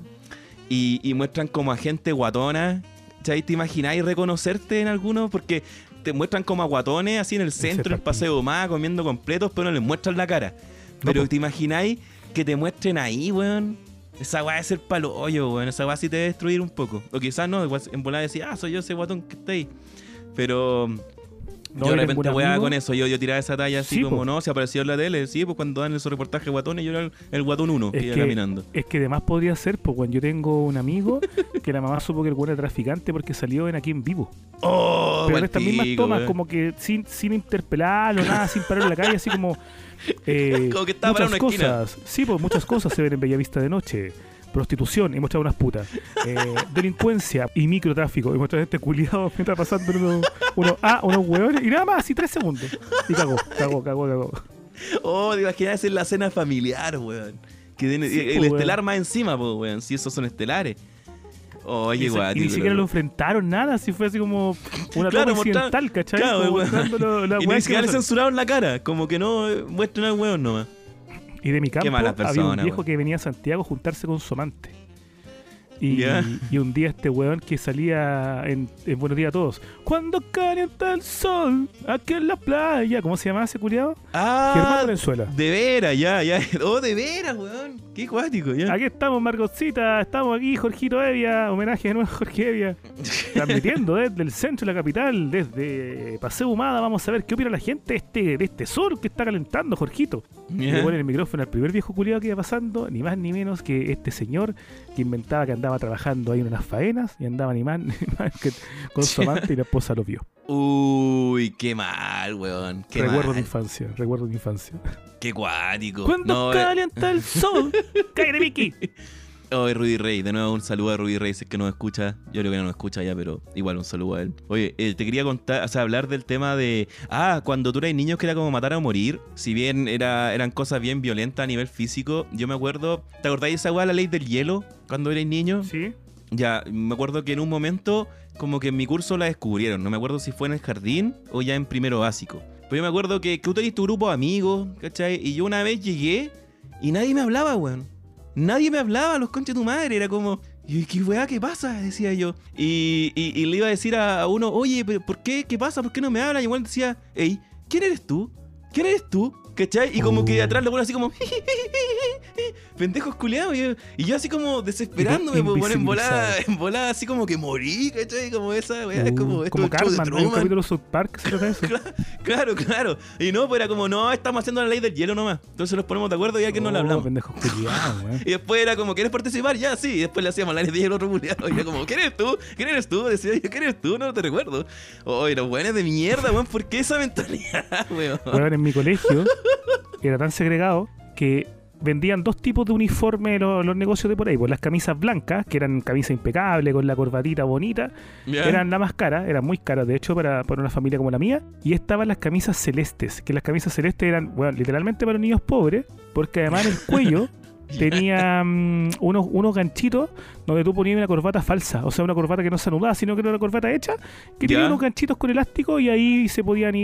y muestran como a gente guatona. ¿Cachai? ¿Te imagináis reconocerte en algunos? Porque te muestran como a guatones así en el centro, en el paseo más, comiendo completos, pero no les muestran la cara. Pero po. ¿te imagináis que te muestren ahí, weón? Esa weá es ser palo hoyo, weón. Esa weá sí te debe destruir un poco. O quizás no, igual en volada decir, soy yo ese guatón que está ahí. Pero No, yo de yo repente tengo un weá amigo- con eso. Yo tiraba esa talla así Sí, como, po. no, se apareció en la tele. Sí, pues cuando dan esos reportajes guatones, yo era el guatón 1 que Es iba que, caminando. es que además podría ser, pues, weón. Yo tengo un amigo que la mamá supo que el weón era traficante porque salió en Aquí en Vivo. Oh, Pero en pal estas mismas pico, tomas, weón. como que sin interpelarlo, nada, sin parar en la calle, así como. Como que estaba parado muchas en una esquina. cosas. Sí, pues muchas cosas se ven en Bellavista de noche. Prostitución, y mostrar unas putas. Delincuencia y microtráfico. Y mostrar este culiado mientras pasando unos hueones. Y nada más, así 3 segundos. Y cagó. Oh, te imaginas en la cena familiar, weón. Que tiene Sí, el po, estelar weón. más encima, pues, weón. Si esos son estelares. Oye, Y guati. ni siquiera lo enfrentaron nada, así fue así como una Claro, toma incidental, ¿cachai? claro, Como weón. mostrando la Y weá ni que siquiera le pasó. censuraron la cara. Como que no muestran al weón nomás. Y de mi campo mala había persona, un viejo weón. que venía a Santiago a juntarse con su amante. Y, Ya. y un día este weón que salía en Buenos Días a Todos. Cuando calienta el sol, aquí en la playa. ¿Cómo se llama ese culiado? Germán Valenzuela. De veras, ya. Oh, de veras, weón. Qué cuático, ya. Aquí estamos, Margotcita. Estamos aquí, Jorgito Evia. Homenaje de nuevo a Jorge Evia. Transmitiendo desde el centro de la capital, desde Paseo Humada. Vamos a ver qué opina la gente de este sol que está calentando, Jorgito. Y Ya. le ponen el micrófono al primer viejo culiado que iba pasando, ni más ni menos que este señor que inventaba que andaba trabajando ahí en unas faenas y andaba ni más ni más que con su amante y la esposa lo vio. Uy, qué mal, weón. Qué Recuerdo mal. de infancia. Qué cuático. Cuando calienta el sol, cállate, Vicky. Oh, Rudy Rey, de nuevo un saludo a Rudy Rey, si es que nos escucha. Yo creo que no nos escucha ya, pero igual un saludo a él. Oye, te quería contar, o sea, hablar del tema de... cuando tú eras niño que era como matar o morir. Si bien eran cosas bien violentas a nivel físico. Yo me acuerdo... ¿Te acordáis de esa weá, la ley del hielo? Cuando erais niño. Sí. Ya, me acuerdo que en un momento como que en mi curso la descubrieron. No me acuerdo si fue en el jardín o ya en primero básico. Pero yo me acuerdo que tú tenías tu grupo de amigos, ¿cachai? Y yo una vez llegué y nadie me hablaba, weón. Nadie me hablaba, los conches de tu madre. Era como, ¿y qué weá, qué pasa? Decía yo. Y le iba a decir a uno, oye, ¿pero por qué? ¿Qué pasa? ¿Por qué no me hablan? Y igual decía, hey, ¿quién eres tú? ¿Quién eres tú? ¿Cachai? Y como que de atrás lo ponen así como... pendejos culiados. Y yo así como desesperándome, pues, en volada así como que morí, ¿cachai? Como esa, weá, es como esto como del show de Cartman, hay un Truman. capítulo de South Park que se trata de eso. Claro. Y no, pues era como, no, estamos haciendo la ley del hielo nomás. Entonces nos ponemos de acuerdo y a alguien no le hablamos. Pendejos culiados, weón. Y después era como, ¿quieres participar? Ya, sí. Y después le hacíamos la ley del hielo otro culiado. Y era como, ¿quién eres tú? ¿Quién eres tú? Decía yo, ¿quién eres tú? No te recuerdo. Oye, los weones de mierda, weón. ¿Por qué esa mentalidad, weón? Weón, en mi colegio era tan segregado que vendían dos tipos de uniforme los negocios de por ahí. Pues las camisas blancas, que eran camisas impecables, con la corbatita bonita, Ya. eran la más cara, eran muy caras, de hecho, para una familia como la mía. Y estaban las camisas celestes, que las camisas celestes eran, bueno, literalmente para los niños pobres, porque además en el cuello tenía unos ganchitos donde tú ponías una corbata falsa, o sea, una corbata que no se anudaba, sino que era una corbata hecha, que tenía Ya. unos ganchitos con elástico y ahí se podían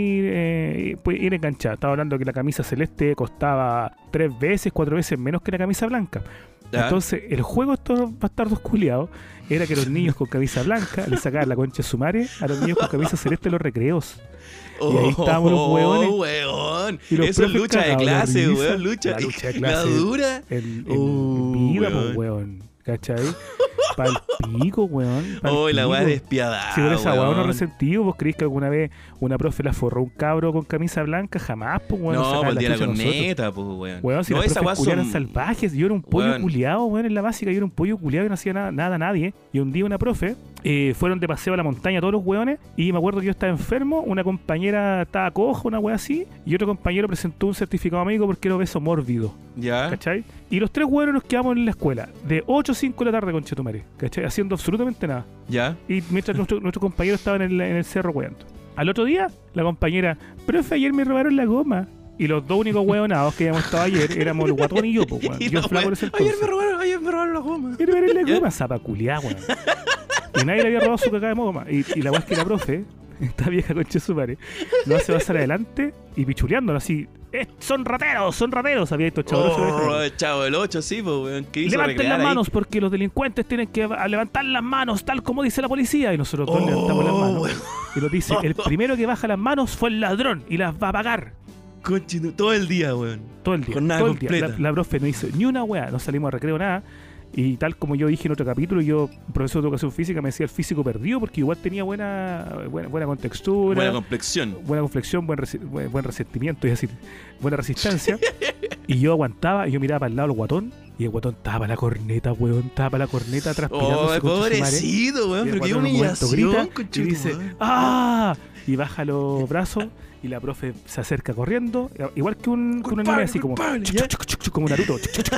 ir enganchadas. Estaba hablando que la camisa celeste costaba 3 veces, 4 veces menos que la camisa blanca. Ya. Entonces, el juego de estos bastardos culiados era que los niños con camisa blanca le sacaban la concha de su madre a los niños con camisa celeste en los recreos. Y ahí estábamos los hueones. Weón. Y los Eso es profes lucha de cagados de clase, risa. weón. Lucha, La lucha de la clase. dura. En Oh, vida, weón. pues, weón. ¿Cachai? Pa'l pico, weón. pa'l Oh, la weá pico. despiadada. Si por esa weá uno weón. resentido, ¿vos creís que alguna vez una profe la forró un cabro con camisa blanca? Jamás, pues, weón. No, sacaban pues el la día de la chucha a nosotros. corneta, pues, weón. Weón, si no, las esa profes weá culiadas son... eran salvajes. Yo era un pollo Weón. culiado, weón, en la básica. Yo era un pollo culiado que no hacía nada a nadie. Y un día una profe, fueron de paseo a la montaña todos los weones. Y me acuerdo que yo estaba enfermo. Una compañera estaba coja, una weá así. Y otro compañero presentó un certificado médico porque era obeso mórbido. Ya. ¿Cachai? Y los tres weones nos quedamos en la escuela. De 8 a 5 de la tarde, conchetumare. ¿Cachai? Haciendo absolutamente nada. Ya. Y mientras nuestro compañero estaba en el cerro weando. Al otro día, la compañera, profe, ayer me robaron la goma. Y los dos únicos hueonados que habíamos estado ayer éramos el guatón y yo, pues, weón. Y Yo la flaco weá, por ese ayer entonces. me robaron la goma. Ayer me robaron la ¿Ya? goma, zapa culiá, weón. Y nadie le había robado su cagada de goma. Y la weá es que la profe, esta vieja concha su madre, nos hace pasar adelante y pichuleándonos así. Son rateros, había estos chavos. Oh, chavo del 8, sí, pues, weón. ¿Qué hizo Levanten recrear las ahí? manos porque los delincuentes tienen que levantar las manos, tal como dice la policía. Y nosotros dos levantamos las manos. weón. Y nos dice, el primero que baja las manos fue el ladrón y las va a pagar. Conchito, todo el día, weón. Todo el día. Jornada todo el día. completa. La profe no hizo ni una weá, no salimos a recreo nada. Y tal como yo dije en otro capítulo, yo, profesor de educación física, me decía el físico perdido porque igual tenía buena contextura, Buena complexión. buena complexión, buen resentimiento, es decir, buena resistencia. Y yo aguantaba, y yo miraba para el lado del guatón, y el guatón estaba para la corneta, weón, estaba para la corneta transpirando. Oh, pobrecito, weón. Pero qué humillación, grita y conchito, dice, weón. ¡ah! Y baja los brazos y la profe se acerca corriendo, igual que un anime así como ¿ya? como Naruto.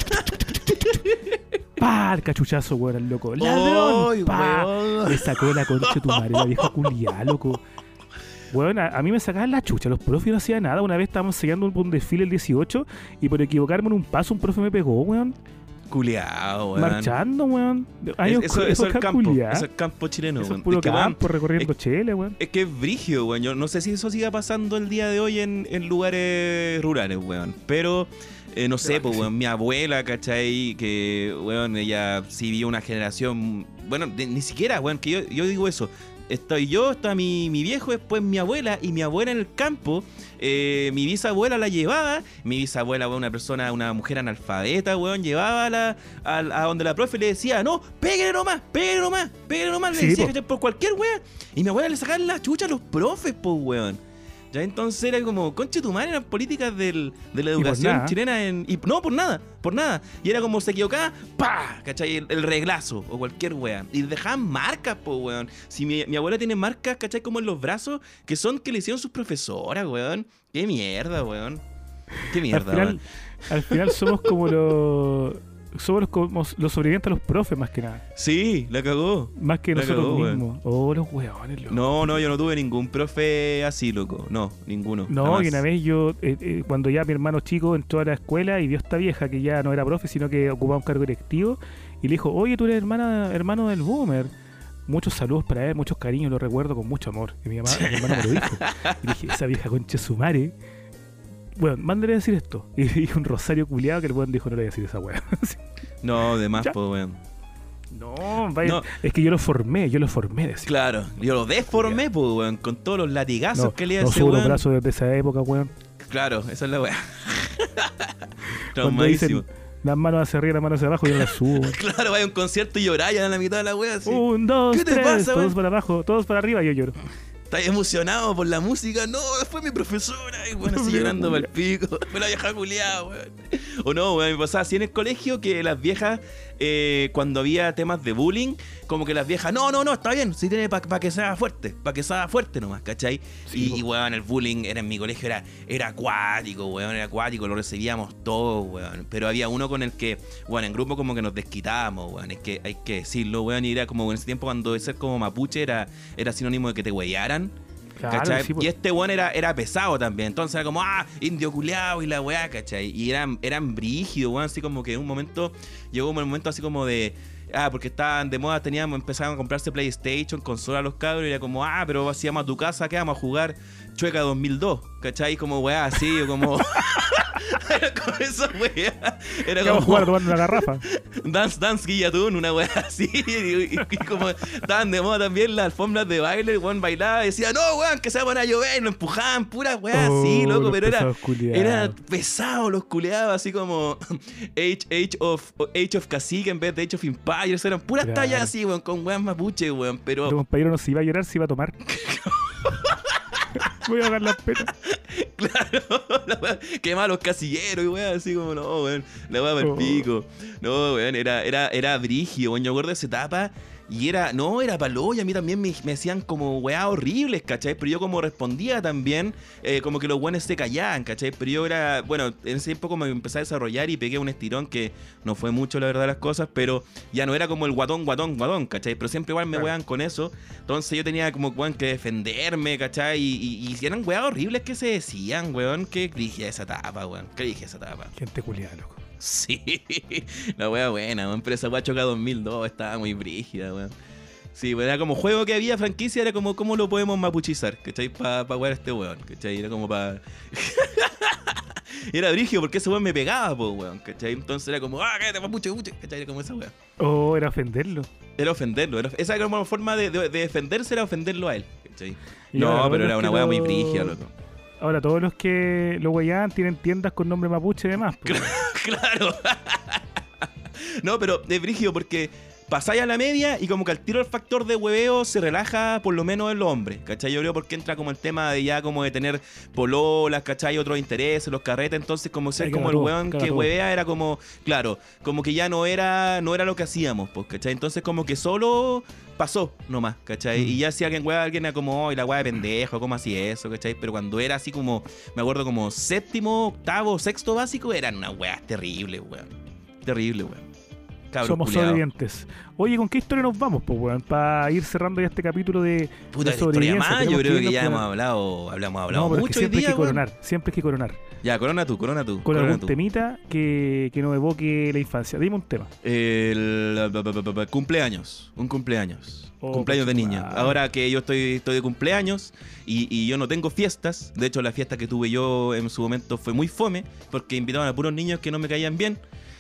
¡Pah! El cachuchazo, weón, al loco. ¡Ladrón! ¡Ay, ¡Pah! weón! Le sacó la concha de tu madre, la vieja culiá, loco. Weón, a mí me sacaban la chucha, los profes no hacían nada. Una vez estábamos enseñando un desfile el 18 y por equivocarme en un paso un profe me pegó, weón. Culeado, weón. Marchando, weón. Años Eso es el campo. culiá. Eso es el campo chileno, Eso weón. es puro Es que, weón, campo, recorriendo Chile, weón. es que es brigio, weón. Yo no sé si eso siga pasando el día de hoy en lugares rurales, weón. Pero, no sé, pues, weón, mi abuela, ¿cachai? Que, weón, ella sí vio una generación... Bueno, ni siquiera, weón, que yo digo eso. Estoy yo, está mi viejo, después mi abuela, y mi abuela en el campo, mi bisabuela la llevaba, mi bisabuela, weón, una mujer analfabeta, weón, llevaba a donde la profe le decía, no, pégale nomás, le Sí, decía, po. ¿cachai? Por cualquier weón, y mi abuela le sacaba la chucha a los profes, pues, weón. Ya entonces era como, conche tu madre, las políticas de la educación nada. chilena y no, por nada. Y era como se equivocaba, ¡pah! ¿Cachai? El reglazo o cualquier weón. Y dejaban marcas, po, weón. Si mi abuela tiene marcas, ¿cachai? Como en los brazos, que le hicieron sus profesoras, weón. Qué mierda, weón. Qué mierda, weón. Al final somos como los sobrevivientes a los profes, más que nada. Sí, la cagó. Más que La nosotros cagó, weón. mismos. Oh, los weones, loco. No, yo no tuve ningún profe así, loco. No, ninguno. No, jamás. y una vez yo, cuando ya mi hermano chico entró a la escuela y vio a esta vieja que ya no era profe, sino que ocupaba un cargo directivo, y le dijo, oye, tú eres hermano del Boomer. Muchos saludos para él, muchos cariños, lo recuerdo con mucho amor. Y mi hermano me lo dijo. Y dije, esa vieja concha su madre. Bueno, mándale a decir esto. Y dije un rosario culiado que el weón dijo, no le voy a decir esa weá. No, de más, Ya. po, weón. No, vaya, No. es que yo lo formé, decía. Claro, yo lo deformé, po, weón, con todos los latigazos No, que le no hace, subo los weón. brazos desde esa época, weón. Claro, esa es la weá. Cuando dicen Traumadísimo. las manos hacia arriba, las manos hacia abajo, yo no las subo. weón. Claro, vaya a un concierto y lloráis en la mitad de la weá, así. 1, 2, ¿Qué te 3, pasa, todos weón? para abajo, todos para arriba, yo lloro. Estás emocionado por la música. No, fue mi profesora. Y bueno, así llorando para el pico. Me la vieja culiada, weón. O no, weón, me pasaba así en el colegio que las viejas, cuando había temas de bullying, como que las viejas, no, está bien, si tiene para que sea fuerte nomás, ¿cachai? Sí, y weón, el bullying en mi colegio era acuático, weón, era acuático, lo recibíamos todos, weón. Pero había uno con el que, weón, en grupo como que nos desquitábamos, weón, es que hay que decirlo, weón, y era como en ese tiempo cuando de ser como mapuche era sinónimo de que te huellaran. Claro, ¿Cachai? sí, pues. Y este weón era pesado también. Entonces era como, indio culeado y la weá, ¿cachai? Y eran brígidos, weón. Así como que en un momento, llegó un momento así como de, porque estaban de moda, empezaban a comprarse PlayStation, consola los cabros. Y era como, pero si vamos a tu casa, ¿qué vamos a jugar? Chueca 2002, ¿cachai? Como weá así, o como... Era como esa weá. Era Vamos a como jugar tomando una garrafa. Dance Guillatún, una weá así. Y como estaban de moda también las alfombras de baile, el weón bailaba y decía, no, weón, que se va a poner a llover. Y lo empujaban, pura weá así, loco. Los Pero pesados culiados. era pesado los culeados, así como Age of Cacique en vez de Age of Empires. Eran puras Claro. tallas así, weón, con weón mapuche, weón. Tu Pero compañero no se iba a llorar, se iba a tomar. Voy a dar las penas. claro, la weá, quemaba los casilleros y weón, así como, no, weón, la weá para el pico. No, weón, era brígido, weón. Yo recuerdo esa etapa y era paloya. A mí también me hacían como weá horribles, ¿cachai? Pero yo como respondía también, como que los weones se callaban, ¿cachai? Pero yo era, bueno, en ese tiempo como me empecé a desarrollar y pegué un estirón que no fue mucho, la verdad, las cosas, pero ya no era como el guatón, ¿cachai? Pero siempre igual me wean con eso. Entonces yo tenía como, weón, que defenderme, ¿cachai? Y eran weas horribles que se decían, weón. Que dije esa etapa, weón. Que dije esa etapa. Gente culiada, loco. Sí, la wea buena, weón. Pero esa wea Choca 2002 estaba muy brígida, weón. Sí, weón, era como juego que había, franquicia, era como cómo lo podemos mapuchizar, ¿cachai? Para wear a este weón, ¿cachai? Era como para... Era brígido porque ese weón me pegaba, po, weón, ¿cachai? Entonces era como, cállate, mapuche, ¿cachai? Era como esa weón. Oh, era ofenderlo. Era ofenderlo, esa era como una forma de defenderse, era ofenderlo a él, ¿cachai? Y No, ahora, pero todos era los una que weá muy lo- brígida, loco. Ahora, todos los que lo huellaban tienen tiendas con nombre mapuche y demás. Pues. Claro. No, pero es brígido porque pasáis a la media y como que al tiro el factor de hueveo se relaja por lo menos en los hombres, ¿cachai? Yo creo porque entra como el tema de ya como de tener pololas, ¿cachai? Otros intereses, los carretes, entonces como ser Ahí como caga el todo, weón caga que todo. huevea era como, claro, como que ya no era lo que hacíamos, pues, ¿cachai? Entonces como que solo pasó nomás, ¿cachai? Y ya si alguien hueva, alguien era como, la hueá de pendejo, ¿cómo así eso, ¿cachai? Pero cuando era así como, me acuerdo como séptimo, octavo, sexto básico, eran unas weas terribles, weón. Terrible, weón. Cabros Somos culiados. sobrevivientes. Oye, ¿con qué historia nos vamos, pues, weón? Para ir cerrando ya este capítulo de, Puta, de la historia sobrevivencia. más, yo Tenemos creo que irnos ya con- hemos hablado No, pero es que mucho hoy siempre hay día, que weón. coronar. Siempre hay que coronar. Ya, corona tú. Con corona algún tú. temita que nos evoque la infancia. Dime un tema. Cumpleaños. Un cumpleaños. Oh, Cumpleaños de niño. conchetumare. Ahora que yo estoy de cumpleaños y yo no tengo fiestas. De hecho, la fiesta que tuve yo en su momento fue muy fome porque invitaban a puros niños que no me caían bien.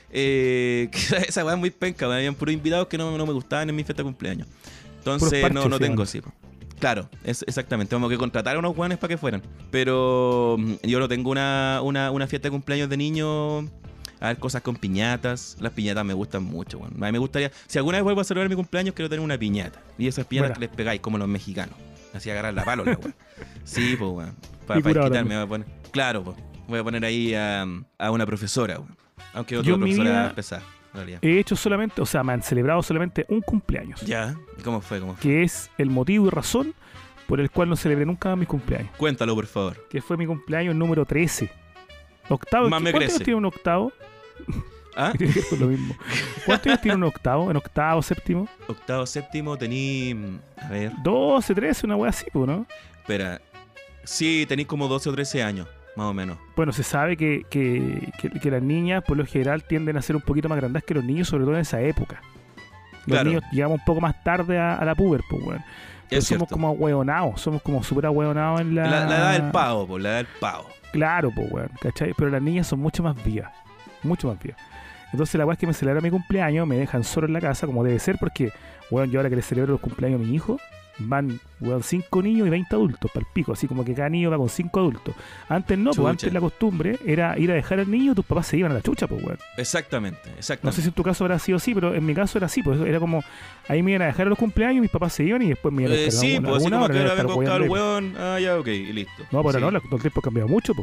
Esa weá es muy penca. Habían puros invitados que no me gustaban en mi fiesta de cumpleaños. Entonces Puros parches, no tengo sí, así. Claro, exactamente. Tengo que contratar a unos guanes para que fueran. Pero yo no tengo una fiesta de cumpleaños de niño. A ver, cosas con piñatas. Las piñatas me gustan mucho, weón. A mí me gustaría... Si alguna vez vuelvo a celebrar mi cumpleaños, quiero tener una piñata. Y esas piñatas Buena. que les pegáis, como los mexicanos. Así agarrar la palo, la weón. Sí, pues, weón. Para Y curado quitarme, también. voy a poner... Claro, pues. Voy a poner ahí a una profesora, weón. Aunque Yo otra en mi profesora vida- pesada, en realidad. He hecho solamente, o sea, me han celebrado solamente un cumpleaños. Ya. ¿Cómo fue? Que es el motivo y razón por el cual no celebré nunca mis cumpleaños. Cuéntalo, por favor. Que fue mi cumpleaños número 13. Octavo. Más me ¿Cuántos crece. años tiene un octavo? ¿Ah? Tiene que ver con lo mismo. ¿Cuántos años tiene un octavo? ¿En octavo, séptimo? Octavo, séptimo, tení... A ver... 12, 13, una wea así, pues, ¿no? Espera. Sí, tenéis como 12 o 13 años, más o menos. Bueno, se sabe que las niñas, por lo general, tienden a ser un poquito más grandes que los niños, sobre todo en esa época. Los Claro. niños llegamos un poco más tarde a la puber, pues, weón. Pero Es somos cierto. como ahueonados, somos como súper ahueonados en la... La edad del pavo, pues, la edad del pavo. Claro, pues, weón, ¿cachai? Pero las niñas son mucho más vivas, mucho más vivas. Entonces la weá es que me celebra mi cumpleaños, me dejan solo en la casa, como debe ser, porque, weón, yo ahora que le celebro los cumpleaños a mi hijo, van, weón, 5 niños y 20 adultos, pal pico, así como que cada niño va con 5 adultos. Antes no, Chucha. pues antes la costumbre era ir a dejar al niño y tus papás se iban a la chucha, pues, weón. Exactamente. No sé si en tu caso habrá sido así, pero en mi caso era así, pues era como, ahí me iban a dejar a los cumpleaños, mis papás se iban y después me iban a dejar Sí, pues así alguna como hora, que me iban ahora a estar vengo a buscar al hueando ahí. weón. Ah, ya, ok, y listo. No, pero Sí. no, todo el tiempo ha cambiado mucho, pues.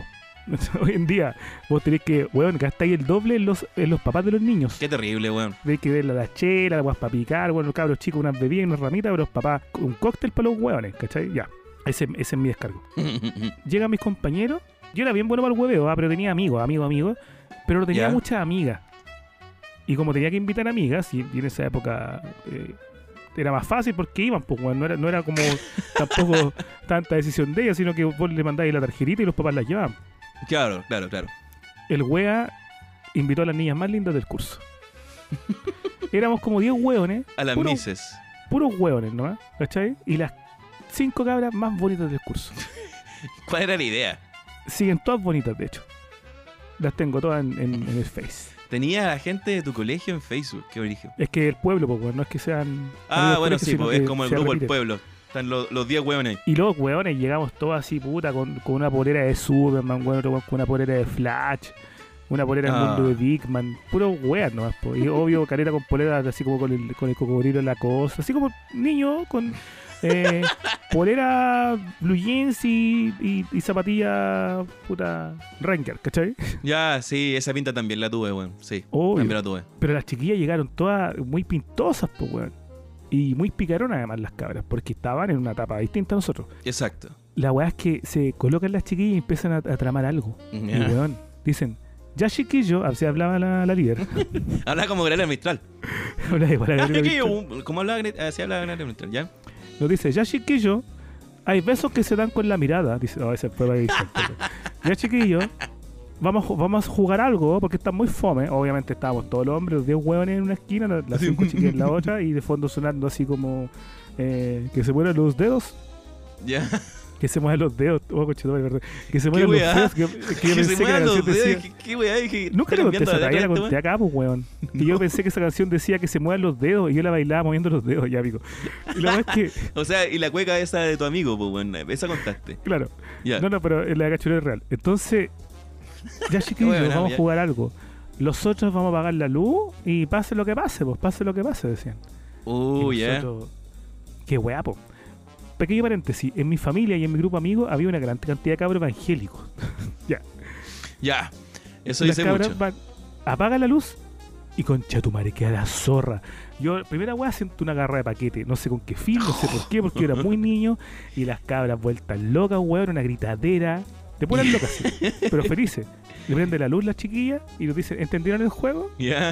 Hoy en día, vos tenés que, weón, gastáis el doble en los papás de los niños. Qué terrible, weón. Tenés que darle la chela, la guas para picar, bueno, los cabros chicos, unas bebidas y unas ramitas, pero los papás, un cóctel para los weones, ¿cachai? Ya, ese es mi descargo. Llegan mis compañeros, yo era bien bueno para el hueveo, pero tenía amigos, pero no tenía Ya. muchas amigas. Y como tenía que invitar amigas, y en esa época era más fácil porque iban, pues, weón, no era como tampoco tanta decisión de ellas, sino que vos le mandáis la tarjetita y los papás la llevaban. Claro. El wea invitó a las niñas más lindas del curso. Éramos como 10 hueones. A las mises. Puros hueones, ¿no? ¿Cachai? Y las 5 cabras más bonitas del curso. ¿Cuál era la idea? Siguen todas bonitas, de hecho. Las tengo todas en el Face. Tenía a la gente de tu colegio en Facebook. Qué origen. Es que el pueblo, pues, weón, no es que sean... Ah, amigos del bueno, colegio, sí, sino pues, es que como el se grupo del repiten. pueblo. Están los 10 hueones ahí. Y los hueones llegamos todos así, puta, con una polera de Superman, weón, otro weón con una polera de Flash, una polera del mundo de Big Man, puro weón nomás, po. Y obvio, careta con polera así como con el cocodrilo en la cosa, así como niño con polera blue jeans y zapatilla puta Ranger, ¿cachai? Ya, sí, esa pinta también la tuve, weón. Sí, Obvio. también la tuve. Pero las chiquillas llegaron todas muy pintosas, pues, weón. Y muy picaronas además las cabras, porque estaban en una etapa distinta a nosotros. Exacto. La weá es que se colocan las chiquillas y empiezan a tramar algo. Y Ya. weón, dicen, ya chiquillo, así hablaba la líder. Habla como Gabriela Mistral. Habla igual a Ah, Gabriela chiquillo, Mistral. ¿cómo hablaba? Así hablaba Gabriela Mistral, ¿ya? Nos dice, ya chiquillo, hay besos que se dan con la mirada. Dice, oh, ese fue ya chiquillo, vamos a jugar algo, porque está muy fome. Obviamente estábamos todos los hombres, los 10 hueones en una esquina, las 5 chiquillas en la otra, y de fondo sonando así como que se muevan los dedos. Ya. Que se muevan los dedos. Oh, conchetumare, verdad. Que se ¿Qué muevan los weá? dedos. Que yo Que pensé se que la muevan los canción decía... dedos. ¿Qué weá? Dije, Nunca le ¿está conté cambiando esa la talla, la letra, conté weón? acá, pues, weón. Y yo pensé que esa canción decía que se muevan los dedos y yo la bailaba moviendo los dedos, ya, amigo. Y la verdad es que, O sea, y la cueca esa de tu amigo, pues, weón. Esa contaste. claro. Ya. No, pero la cachurera es real. Entonces, ya chiquillos, Bueno, vamos ya. a jugar algo. Los otros vamos a apagar la luz y pase lo que pase, pues, pase lo que pase, decían. Y Ya. nosotros, qué weá, po. Pequeño paréntesis, en mi familia y en mi grupo amigo había una gran cantidad de cabros evangélicos. Ya. Eso Las dice cabras mucho. van, apaga la luz y concha tu madre, queda la zorra. Yo, primera weá, siento una garra de paquete, no sé con qué fin, no sé por qué, porque yo era muy niño, y las cabras vueltas locas, weón, una gritadera, de puras locas, sí, pero felices. Le prende la luz las chiquillas y nos dicen, ¿entendieron el juego? Ya.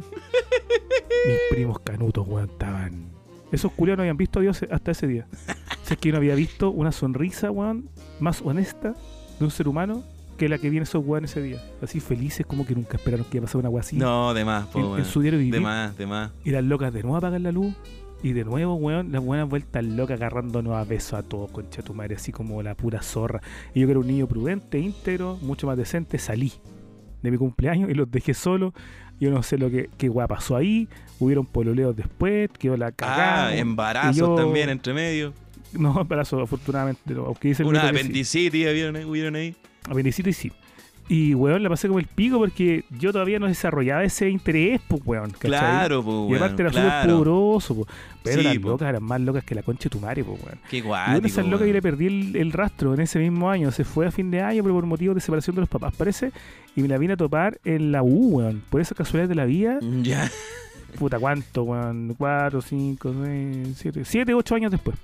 Mis primos canutos, weón, estaban... Esos culiados no habían visto a Dios hasta ese día. O sea, es que yo no había visto una sonrisa, weón, más honesta de un ser humano que la que viene esos weón ese día. Así felices, como que nunca esperaron que iba a pasar una weá así. No, de más, po, en weón. su diario vivir. De más. Y las locas de nuevo apagan la luz. Y de nuevo, weón, las buenas vueltas locas agarrándonos a besos a todos, concha tu madre, así como la pura zorra. Y yo que era un niño prudente, íntegro, mucho más decente, salí de mi cumpleaños y los dejé solos. Yo no sé lo que qué weá pasó ahí. Hubieron pololeos después, quedó la cagada. Embarazos Y yo- también entre medio. No, embarazo, afortunadamente, no, aunque dice el Una mito que sí. apendicitis hubieron ahí. Apendicitis sí. Y, weón, la pasé como el pico porque yo todavía no desarrollaba ese interés, pues, weón. ¿cachai? Claro, pues, Y aparte era súper claro. pudoroso, pues. Pero Sí, las po. locas eran más locas que la concha de tu madre, pues, weón. Qué Y una guay. de esas locas yo le perdí el rastro en ese mismo año. Se fue a fin de año, pero por motivos de separación de los papás, parece. Y me la vine a topar en la U, weón. Por esas casualidades de la vida. Ya. Puta, ¿cuánto, weón? 4, 5, 6, 7, 8 años después.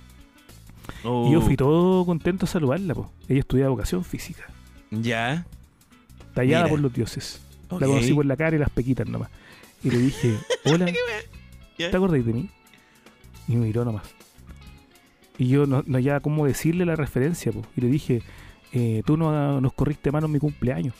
Oh, Y yo fui todo contento a saludarla, pues. Ella estudiaba educación física. Ya. Tallada Mira. por los dioses. Ok. La conocí por la cara y las pequitas nomás. Y le dije, hola, Ya. ¿te acordáis de mí? Y me miró nomás. Y yo no ya cómo decirle la referencia, po. Y le dije, tú no nos corriste mano en mi cumpleaños.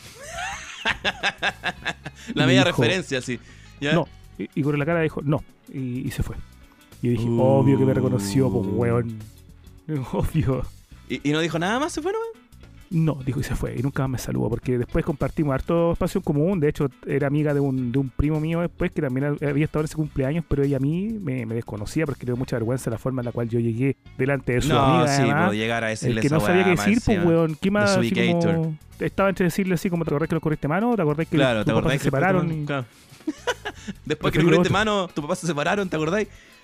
La Y media dijo, referencia, sí. ¿Ya? No. Y con la cara dijo, no. Y se fue. Y yo dije, Uh. obvio que me reconoció, pues, weón. Obvio. ¿Y no dijo nada más? ¿Se fue nomás? No, dijo y se fue. Y nunca más me saludó porque después compartimos harto espacio en común. De hecho, era amiga de un primo mío después que también había estado en ese cumpleaños, pero ella a mí me desconocía porque le dio mucha vergüenza la forma en la cual yo llegué delante de su No, amiga. sí, además. puedo llegar a decirle El que esa no sabía qué weá más decir, pues, encima. weón. ¿Qué más? Así Desubicator. como, estaba entre decirle así como, ¿te acordás que nos corriste mano? ¿Te acordás que Claro, tus ¿te papás acordás se separaron? Claro. Después que Prefiero corriste otro. mano, tus papás se separaron, ¿te acordáis?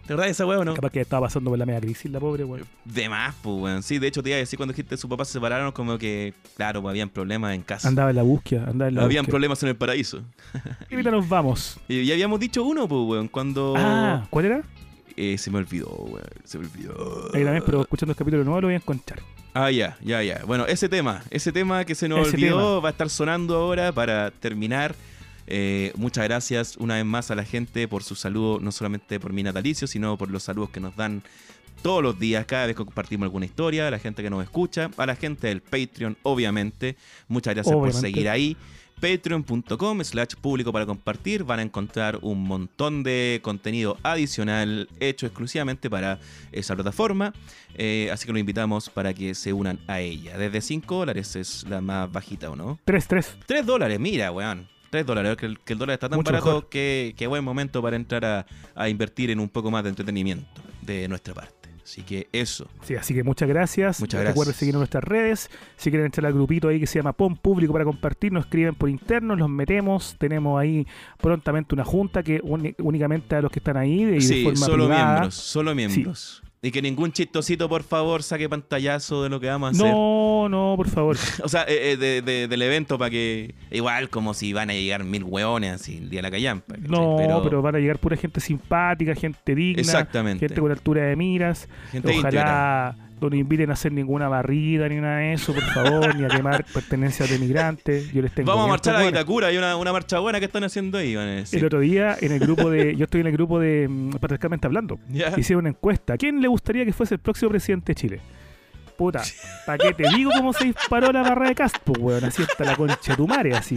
¿Te verdad esa weón o no? Capaz que estaba pasando por la media crisis la pobre, weón. De más, pues, weón. Sí, de hecho te iba a decir cuando dijiste su papá se separaron, como que, claro, pues habían problemas en casa. Andaba en la búsqueda, Habían problemas en el paraíso. Y ahorita nos vamos. Y ya habíamos dicho uno, pues, weón, cuando... Ah, ¿cuál era? Se me olvidó, weón. Se me olvidó. Ahí también, pero escuchando el capítulo nuevo lo voy a encontrar. Ah, ya. Bueno, ese tema que se nos Ese olvidó tema va a estar sonando ahora para terminar. Muchas gracias una vez más a la gente por su saludo, no solamente por mi natalicio, sino por los saludos que nos dan todos los días, cada vez que compartimos alguna historia, a la gente que nos escucha, a la gente del Patreon, obviamente. Muchas gracias por seguir ahí. Patreon.com/público para compartir. Van a encontrar un montón de contenido adicional hecho exclusivamente para esa plataforma. Así que los invitamos para que se unan a ella. Desde $5 es la más bajita, ¿o no? $3, mira, weón. $3, que el dólar está tan mucho barato mejor. que buen momento para entrar a invertir en un poco más de entretenimiento de nuestra parte. Así que eso. Sí, así que muchas gracias. Muchas gracias. Recuerden seguirnos en nuestras redes. Si quieren entrar al grupito ahí que se llama POM Público para compartir, nos escriben por interno, los metemos. Tenemos ahí prontamente una junta que únicamente a los que están ahí de Sí, forma solo privada. solo miembros. Y que ningún chistosito, por favor, saque pantallazo de lo que vamos a hacer. No, por favor. O sea, del evento para que... Igual como si van a llegar 1000 hueones así el día de la callampa. ¿cachai? No, pero van a llegar pura gente simpática, gente digna, Exactamente. gente con altura de miras. Gente Ojalá no nos inviten a hacer ninguna barrida ni nada de eso, por favor, ni a quemar pertenencias de migrantes. Yo les tengo Vamos a bien marchar a poco. Vitacura, hay una marcha buena que están haciendo ahí. Van a decir. El otro día en el grupo de... Yo estoy en el grupo de Patriarcalmente Hablando. ¿Ya? Hicieron una encuesta. ¿A quién le gustaría que fuese el próximo presidente de Chile? Puta, ¿para qué te digo cómo se disparó la barra de Cast? Pues, weón, así está la concha de tu madre, así.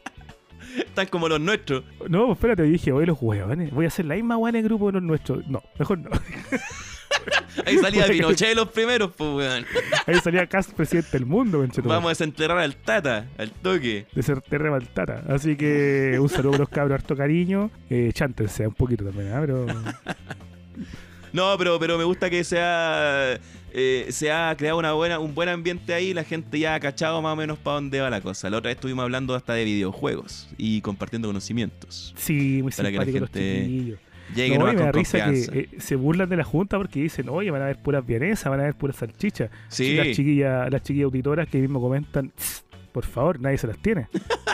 Están como los nuestros. No, espérate, dije, oye, los huevones, voy a hacer la misma weá en el grupo de los nuestros. No, mejor no. Ahí salía Pinochet los primeros, pues, weón. Ahí salía Cast presidente del mundo, concha de tu Vamos a madre. desenterrar al Tata, al toque. De ser terra Tata. Así que un saludo a los cabros, harto cariño. Chántense un poquito también, ¿eh? Pero... No, pero me gusta que se ha creado un buen ambiente ahí. La gente ya ha cachado más o menos para dónde va la cosa. La otra vez estuvimos hablando hasta de videojuegos y compartiendo conocimientos. Sí, muy Para que la simpáticos los gente chiquillos. Llegue No, nomás y me da con risa confianza. que se burlan de la junta porque dicen, oye, van a haber puras vienesas, van a haber puras salchichas. Sí. Y las chiquillas auditoras que mismo comentan, por favor, nadie se las tiene.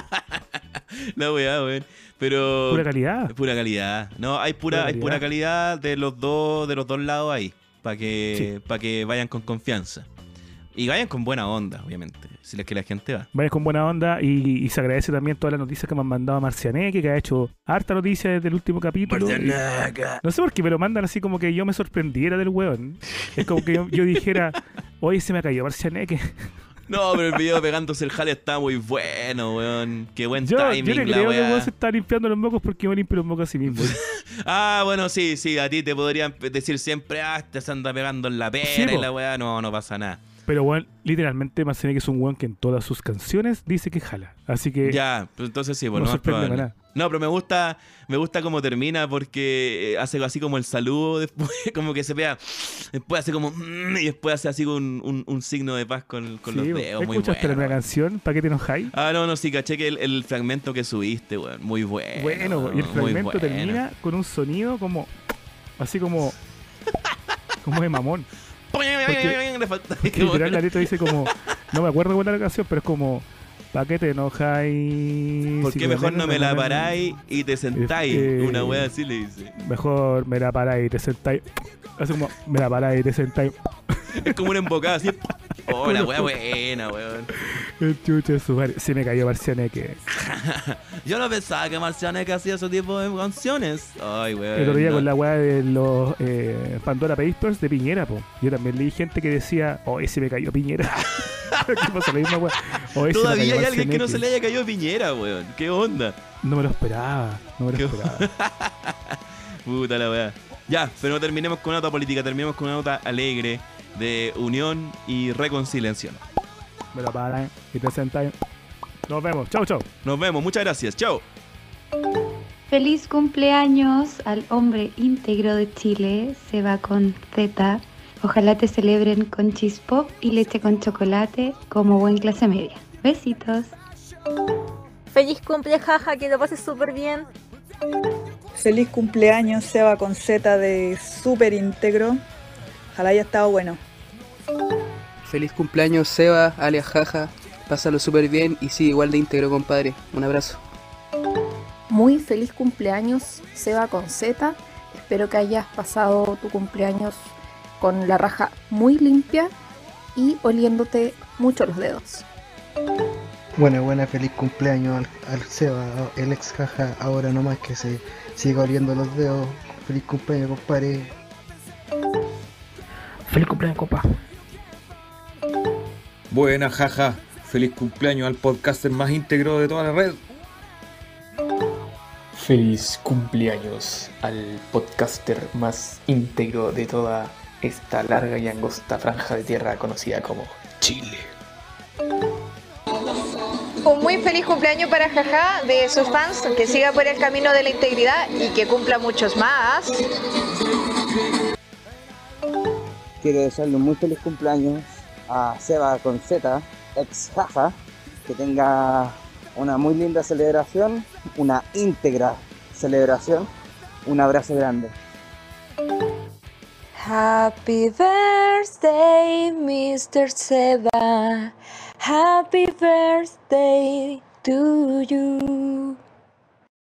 La weá, weón. Pero... Pura calidad. Pura calidad. No, hay pura calidad de los dos lados ahí. Para que vayan con confianza. Y vayan con buena onda, obviamente. Si es que la gente va. Vayan con buena onda y se agradece también todas las noticias que me han mandado Marcianeque, que ha hecho harta noticia desde el último capítulo. No sé por qué me lo mandan así como que yo me sorprendiera del weón. Es como que yo dijera, oye, se me cayó Marcianeque. No, pero el video pegándose el jale está muy bueno, weón. Qué buen Yo timing, le la creo que el weá. weón se está limpiando los mocos porque me limpio los mocos a sí mismo. Ah, bueno, sí, a ti te podrían decir siempre, este se anda pegando en la pera Sí, y po. la weá, no pasa nada. Pero weón, literalmente Marcianeque es un weón que en todas sus canciones dice que jala. Así que Ya, pues entonces sí, no bueno, más sorprende probable. nada. No, pero me gusta cómo termina porque hace así como el saludo, después como que se pega, después hace como y después hace así un signo de paz con los dedos, muy ¿escuchaste la bueno. nueva canción? ¿Para qué te enojáis? Ah, no, sí, caché que el fragmento que subiste, weón, muy bueno. Bueno, y el muy fragmento bueno. termina con un sonido como así como de mamón. Le falta Porque literal la letra dice como, no me acuerdo cuál era la canción, pero es como, ¿para qué te enojáis? ¿Por Si qué con mejor él no me la paráis y te sentáis? Una wea así le dice. Mejor me la paráis y te sentáis. Así como, me la paráis y te sentáis. Es como una embocada así. Oh, la wea buena, weón. El chucho de su madre. Se me cayó Marcianeque. Yo no pensaba que Marcianeque hacía ese tipo de canciones. Ay, weón. El otro día no. con la weá de los Pandora Papers de Piñera, po. Yo también leí gente que decía, oh, ese me cayó Piñera. ¿Qué pasa? La misma weá. Oh, ese me Todavía cayó hay alguien que no Marcianeque. se le haya caído Piñera, weón. ¿Qué onda? No me lo esperaba. Qué- esperaba. Puta la weá. Ya, pero no terminemos con una nota política, terminemos con una nota alegre de unión y reconciliación. Me la paran y te sentáis. Nos vemos. Chau, chau. Nos vemos, muchas gracias. Chao. Feliz cumpleaños al hombre íntegro de Chile, se va con Z. Ojalá te celebren con cheese pop y leche con chocolate como buen clase media. Besitos. Feliz cumple, jaja, que lo pases súper bien. Feliz cumpleaños, Seba con Z de Super Íntegro. Ojalá haya estado bueno. Feliz cumpleaños, Seba, alias Jaja. Pásalo súper bien y sigue igual de íntegro, compadre. Un abrazo. Muy feliz cumpleaños, Seba con Z. Espero que hayas pasado tu cumpleaños con la raja muy limpia y oliéndote mucho los dedos. Buena, feliz cumpleaños al Seba, el ex Jaja, ahora nomás que se siga oliendo los dedos. Feliz cumpleaños, compadre. Feliz cumpleaños, compa. Buena, Jaja. Feliz cumpleaños al podcaster más íntegro de toda la red. Feliz cumpleaños al podcaster más íntegro de toda esta larga y angosta franja de tierra conocida como Chile. Un muy feliz cumpleaños para Jaja de sus fans, que siga por el camino de la integridad y que cumpla muchos más. Quiero desearle un muy feliz cumpleaños a Seba con Z, ex Jaja, que tenga una muy linda celebración, una íntegra celebración. Un abrazo grande. Happy birthday, Mr. Seba. Happy birthday to you.